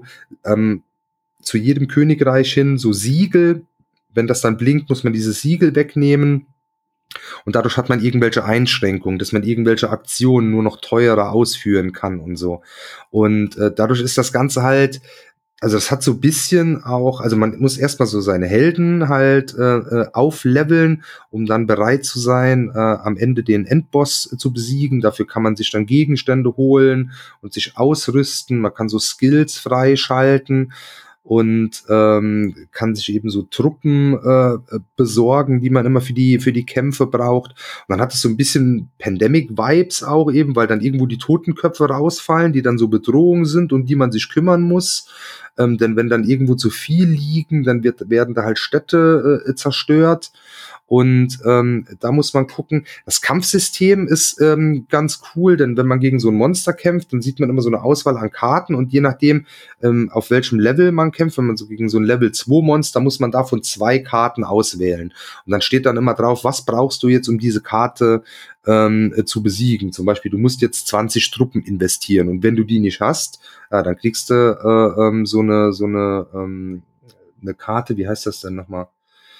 zu jedem Königreich hin so Siegel. Wenn das dann blinkt, muss man dieses Siegel wegnehmen. Und dadurch hat man irgendwelche Einschränkungen, dass man irgendwelche Aktionen nur noch teurer ausführen kann und so. Und dadurch ist das Ganze halt, also das hat so ein bisschen auch, also man muss erstmal so seine Helden halt aufleveln, um dann bereit zu sein, am Ende den Endboss zu besiegen. Dafür kann man sich dann Gegenstände holen und sich ausrüsten. Man kann so Skills freischalten und kann sich eben so Truppen besorgen, die man immer für die Kämpfe braucht. Und dann hat es so ein bisschen Pandemic-Vibes auch eben, weil dann irgendwo die Totenköpfe rausfallen, die dann so Bedrohung sind, um die man sich kümmern muss. Denn wenn dann irgendwo zu viel liegen, dann werden da halt Städte zerstört. Und da muss man gucken. Das Kampfsystem ist ganz cool, denn wenn man gegen so ein Monster kämpft, dann sieht man immer so eine Auswahl an Karten und je nachdem, auf welchem Level man kämpft, wenn man so gegen so ein Level 2 Monster, muss man davon 2 Karten auswählen. Und dann steht dann immer drauf, was brauchst du jetzt, um diese Karte zu besiegen. Zum Beispiel, du musst jetzt 20 Truppen investieren und wenn du die nicht hast, dann kriegst du so eine Karte, wie heißt das denn nochmal?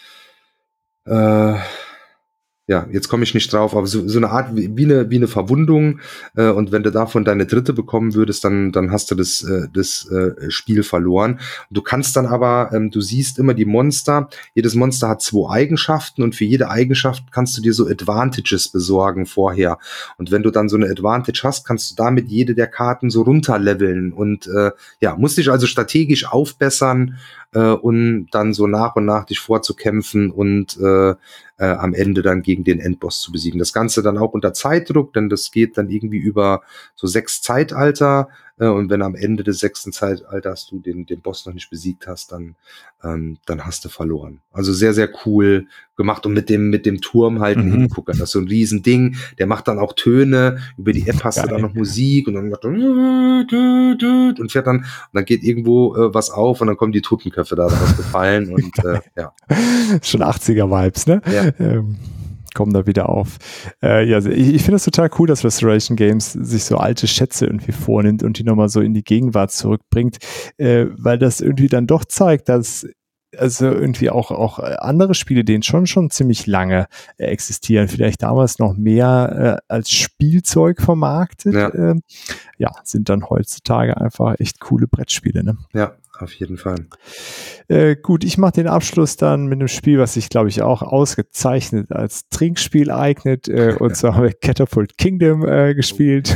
Ja, jetzt komme ich nicht drauf, aber so eine Art wie eine Verwundung und wenn du davon deine dritte bekommen würdest, dann hast du das Spiel verloren. Und du kannst dann aber, du siehst immer die Monster, jedes Monster hat 2 Eigenschaften und für jede Eigenschaft kannst du dir so Advantages besorgen vorher. Und wenn du dann so eine Advantage hast, kannst du damit jede der Karten so runterleveln und musst dich also strategisch aufbessern, und dann so nach und nach dich vorzukämpfen und am Ende dann gegen den Endboss zu besiegen. Das Ganze dann auch unter Zeitdruck, denn das geht dann irgendwie über so 6 Zeitalter und wenn am Ende des 6. Zeitalters du den Boss noch nicht besiegt hast, dann hast du verloren. Also sehr, sehr cool gemacht und mit dem Turm halt einen Hingucker. Das ist so ein Riesending, der macht dann auch Töne, über die App hast du dann noch Musik und dann macht und fährt dann, und dann geht irgendwo was auf und dann kommen die Totenköpfe da rausgefallen und ja. Schon 80er-Vibes, ne? Ja. Kommen da wieder auf. Also ich finde es total cool, dass Restoration Games sich so alte Schätze irgendwie vornimmt und die nochmal so in die Gegenwart zurückbringt, weil das irgendwie dann doch zeigt, dass also irgendwie auch andere Spiele, denen schon ziemlich lange existieren, vielleicht damals noch mehr als Spielzeug vermarktet, sind dann heutzutage einfach echt coole Brettspiele, ne? Ja, auf jeden Fall. Gut, ich mache den Abschluss dann mit einem Spiel, was sich, glaube ich, auch ausgezeichnet als Trinkspiel eignet. Und zwar haben wir Catapult Kingdom gespielt.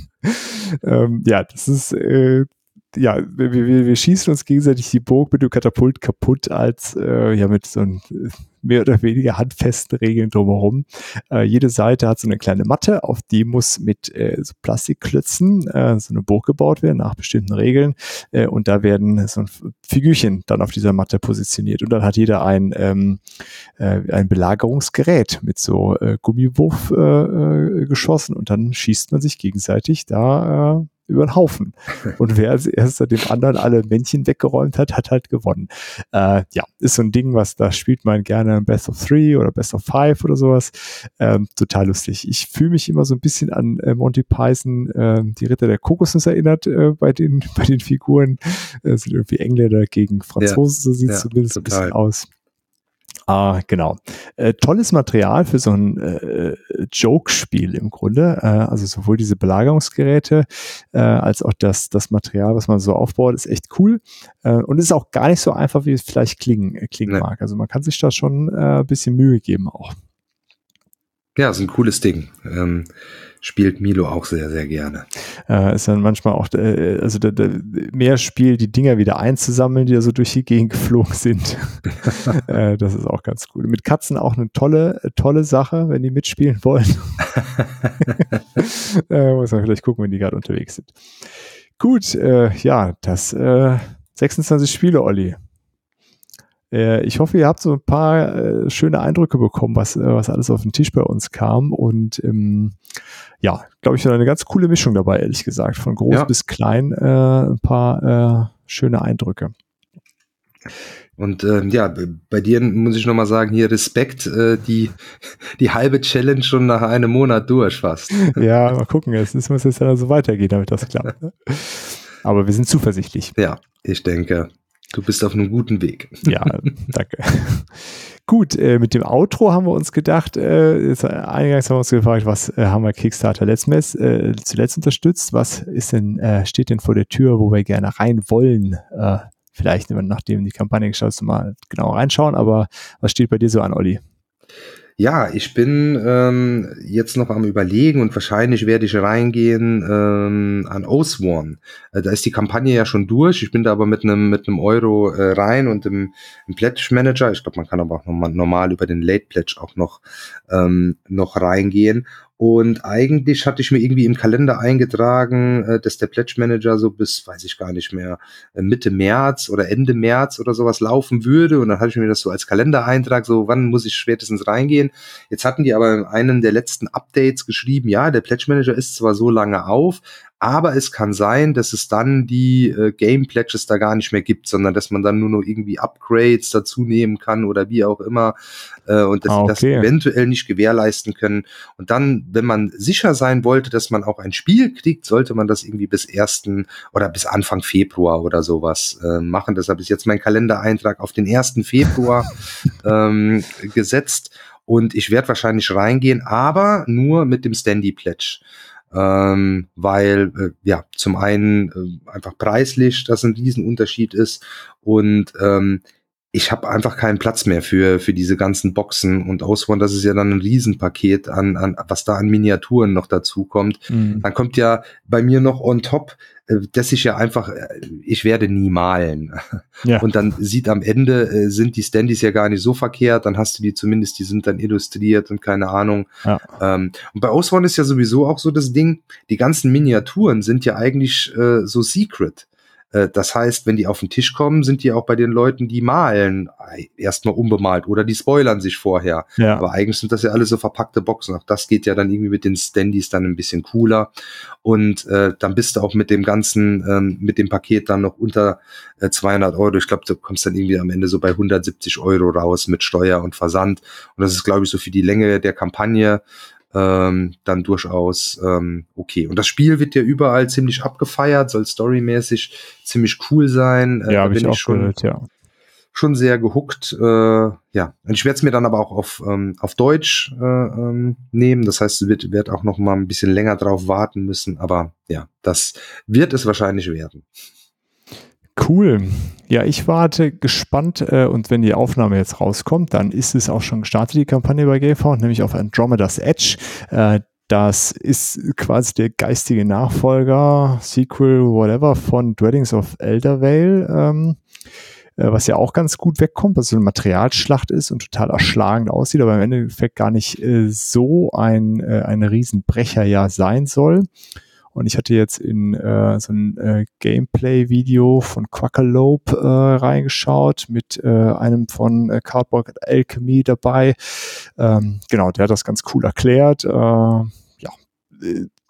Das ist wir schießen uns gegenseitig die Burg mit dem Katapult kaputt als mit so einem mehr oder weniger handfesten Regeln drumherum. Jede Seite hat so eine kleine Matte, auf die muss mit so Plastikklötzen so eine Burg gebaut werden nach bestimmten Regeln und da werden so ein Figürchen dann auf dieser Matte positioniert und dann hat jeder ein Belagerungsgerät mit so Gummiwurf geschossen und dann schießt man sich gegenseitig da über den Haufen. Und wer als erster dem anderen alle Männchen weggeräumt hat, hat halt gewonnen. Ist so ein Ding, was da spielt man gerne Best of 3 oder Best of 5 oder sowas. Total lustig. Ich fühle mich immer so ein bisschen an Monty Python, die Ritter der Kokosnuss erinnert bei den Figuren. Sind irgendwie Engländer gegen Franzosen, so sieht es zumindest total ein bisschen aus. Genau. Tolles Material für so ein Joke-Spiel im Grunde. Also sowohl diese Belagerungsgeräte als auch das Material, was man so aufbaut, ist echt cool. Und ist auch gar nicht so einfach, wie es vielleicht klingen mag. Also man kann sich da schon ein bisschen Mühe geben auch. Ja, ist ein cooles Ding. Spielt Milo auch sehr, sehr gerne. Ist dann manchmal auch mehr Spiel, die Dinger wieder einzusammeln, die da so durch die Gegend geflogen sind. Das ist auch ganz cool. Mit Katzen auch eine tolle Sache, wenn die mitspielen wollen. Muss man vielleicht gucken, wenn die gerade unterwegs sind. Gut, das 26 Spiele, Olli. Ich hoffe, ihr habt so ein paar schöne Eindrücke bekommen, was alles auf den Tisch bei uns kam. Und glaube ich, war eine ganz coole Mischung dabei, ehrlich gesagt. Von groß bis klein ein paar schöne Eindrücke. Und bei dir muss ich nochmal sagen, hier Respekt, die halbe Challenge schon nach einem Monat durch fast. Ja, mal gucken, es muss jetzt dann so weitergehen, damit das klappt. Ne? Aber wir sind zuversichtlich. Ja, ich denke, du bist auf einem guten Weg. Ja, danke. Gut, mit dem Outro haben wir uns gedacht, eingangs haben wir uns gefragt, was haben wir Kickstarter zuletzt unterstützt? Was ist denn, steht denn vor der Tür, wo wir gerne rein wollen? Vielleicht, nachdem die Kampagne gestartet ist, mal genau reinschauen, aber was steht bei dir so an, Olli? Ja, ich bin jetzt noch am Überlegen und wahrscheinlich werde ich reingehen an Oathsworn. Da ist die Kampagne ja schon durch. Ich bin da aber mit einem Euro rein und im Pledge Manager. Ich glaube, man kann aber auch normal über den Late Pledge auch noch reingehen. Und eigentlich hatte ich mir irgendwie im Kalender eingetragen, dass der Pledge Manager so bis, weiß ich gar nicht mehr, Mitte März oder Ende März oder sowas laufen würde. Und dann hatte ich mir das so als Kalendereintrag, so wann muss ich spätestens reingehen. Jetzt hatten die aber in einem der letzten Updates geschrieben, ja, der Pledge Manager ist zwar so lange auf, aber es kann sein, dass es dann die Game Pledges da gar nicht mehr gibt, sondern dass man dann nur noch irgendwie Upgrades dazu nehmen kann oder wie auch immer und dass sie das eventuell nicht gewährleisten können. Und dann, wenn man sicher sein wollte, dass man auch ein Spiel kriegt, sollte man das irgendwie bis Anfang Februar oder sowas machen. Deshalb ist jetzt mein Kalendereintrag auf den 1. Februar gesetzt und ich werde wahrscheinlich reingehen, aber nur mit dem Standy Pledge. Weil zum einen einfach preislich das ein Riesenunterschied ist und ich habe einfach keinen Platz mehr für diese ganzen Boxen und Oathsworn, das ist ja dann ein Riesenpaket an was da an Miniaturen noch dazu kommt. Dann kommt ja bei mir noch on top, dass ich werde nie malen. Ja. Und dann sieht am Ende, sind die Standys ja gar nicht so verkehrt, dann hast du die zumindest, die sind dann illustriert und keine Ahnung. Ja. Und bei Oathsworn ist ja sowieso auch so das Ding, die ganzen Miniaturen sind ja eigentlich so secret. Das heißt, wenn die auf den Tisch kommen, sind die auch bei den Leuten, die malen, erstmal unbemalt oder die spoilern sich vorher. Ja. Aber eigentlich sind das ja alle so verpackte Boxen. Auch das geht ja dann irgendwie mit den Standys dann ein bisschen cooler. Und dann bist du auch mit dem ganzen, mit dem Paket dann noch unter 200 Euro. Ich glaube, du kommst dann irgendwie am Ende so bei 170 Euro raus mit Steuer und Versand. Und das ist, glaube ich, so für die Länge der Kampagne dann durchaus okay. Und das Spiel wird ja überall ziemlich abgefeiert, soll storymäßig ziemlich cool sein. Ja, habe ich auch gehört, ja. Schon sehr gehuckt. Und ich werde es mir dann aber auch auf Deutsch nehmen. Das heißt, ich werde auch noch mal ein bisschen länger drauf warten müssen. Aber ja, das wird es wahrscheinlich werden. Cool. Ja, ich warte gespannt und wenn die Aufnahme jetzt rauskommt, dann ist es auch schon gestartet, die Kampagne bei GameFound, nämlich auf Andromeda's Edge. Das ist quasi der geistige Nachfolger, Sequel, whatever, von Dwellings of Eldervale, was ja auch ganz gut wegkommt, was so eine Materialschlacht ist und total erschlagend aussieht, aber im Endeffekt gar nicht so ein Riesenbrecher ja sein soll. Und ich hatte jetzt in so ein Gameplay-Video von Quackalope reingeschaut mit einem von Cardboard Alchemy dabei. Genau, der hat das ganz cool erklärt.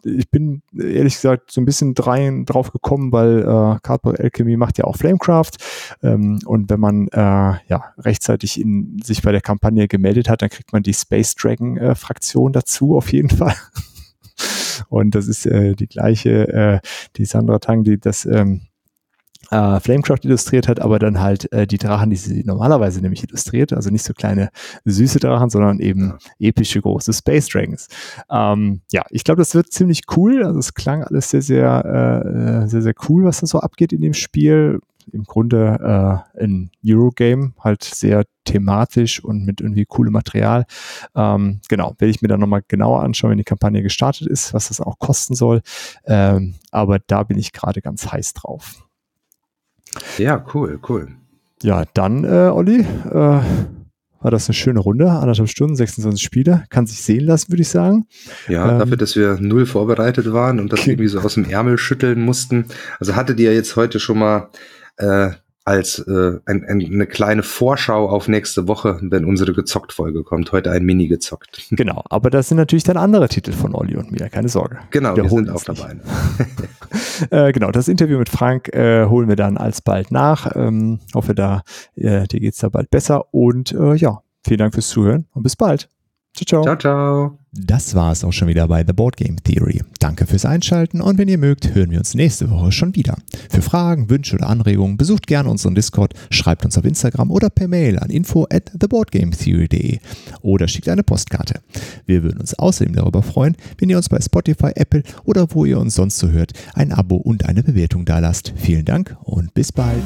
ich bin ehrlich gesagt so ein bisschen drauf gekommen, weil Cardboard Alchemy macht ja auch Flamecraft und wenn man rechtzeitig sich bei der Kampagne gemeldet hat, dann kriegt man die Space Dragon Fraktion dazu auf jeden Fall. Und das ist die gleiche, die Sandra Tang, die das Flamecraft illustriert hat, aber dann halt die Drachen, die sie normalerweise nämlich illustriert, also nicht so kleine süße Drachen, sondern eben epische große Space Dragons. Ich glaube, das wird ziemlich cool. Also es klang alles sehr, sehr cool, was da so abgeht in dem Spiel. Im Grunde ein Eurogame, halt sehr thematisch und mit irgendwie coolem Material. Werde ich mir dann nochmal genauer anschauen, wenn die Kampagne gestartet ist, was das auch kosten soll. Aber da bin ich gerade ganz heiß drauf. Ja, cool. Ja, dann, Olli, war das eine schöne Runde, 1,5 Stunden, 26 Spiele, kann sich sehen lassen, würde ich sagen. Ja, dafür, dass wir 0 vorbereitet waren und das irgendwie so aus dem Ärmel schütteln mussten. Also hattet ihr jetzt heute schon mal als eine kleine Vorschau auf nächste Woche, wenn unsere Gezockt-Folge kommt. Heute ein Mini gezockt. Genau, aber das sind natürlich dann andere Titel von Olli und mir, keine Sorge. Genau, wir sind auch dabei. Genau, das Interview mit Frank holen wir dann alsbald nach. Hoffe, dir geht's da bald besser. Und vielen Dank fürs Zuhören und bis bald. Ciao, ciao. Ciao, ciao. Das war es auch schon wieder bei The Board Game Theory. Danke fürs Einschalten und wenn ihr mögt, hören wir uns nächste Woche schon wieder. Für Fragen, Wünsche oder Anregungen besucht gerne unseren Discord, schreibt uns auf Instagram oder per Mail an info@theboardgametheory.de oder schickt eine Postkarte. Wir würden uns außerdem darüber freuen, wenn ihr uns bei Spotify, Apple oder wo ihr uns sonst so hört, ein Abo und eine Bewertung dalasst. Vielen Dank und bis bald.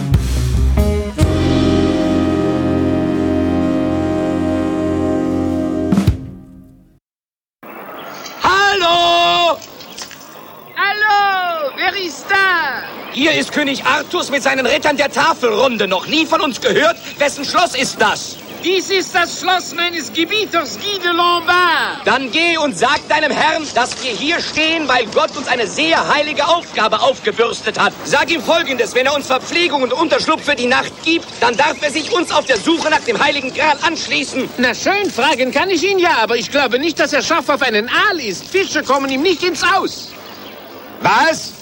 Hallo, wer ist da? Hier ist König Artus mit seinen Rittern der Tafelrunde. Noch nie von uns gehört. Wessen Schloss ist das? Dies ist das Schloss meines Gebieters Guy de Lombard. Dann geh und sag deinem Herrn, dass wir hier stehen, weil Gott uns eine sehr heilige Aufgabe aufgebürstet hat. Sag ihm Folgendes: Wenn er uns Verpflegung und Unterschlupf für die Nacht gibt, dann darf er sich uns auf der Suche nach dem Heiligen Gral anschließen. Na schön, fragen kann ich ihn ja, aber ich glaube nicht, dass er scharf auf einen Aal ist. Fische kommen ihm nicht ins Haus. Was?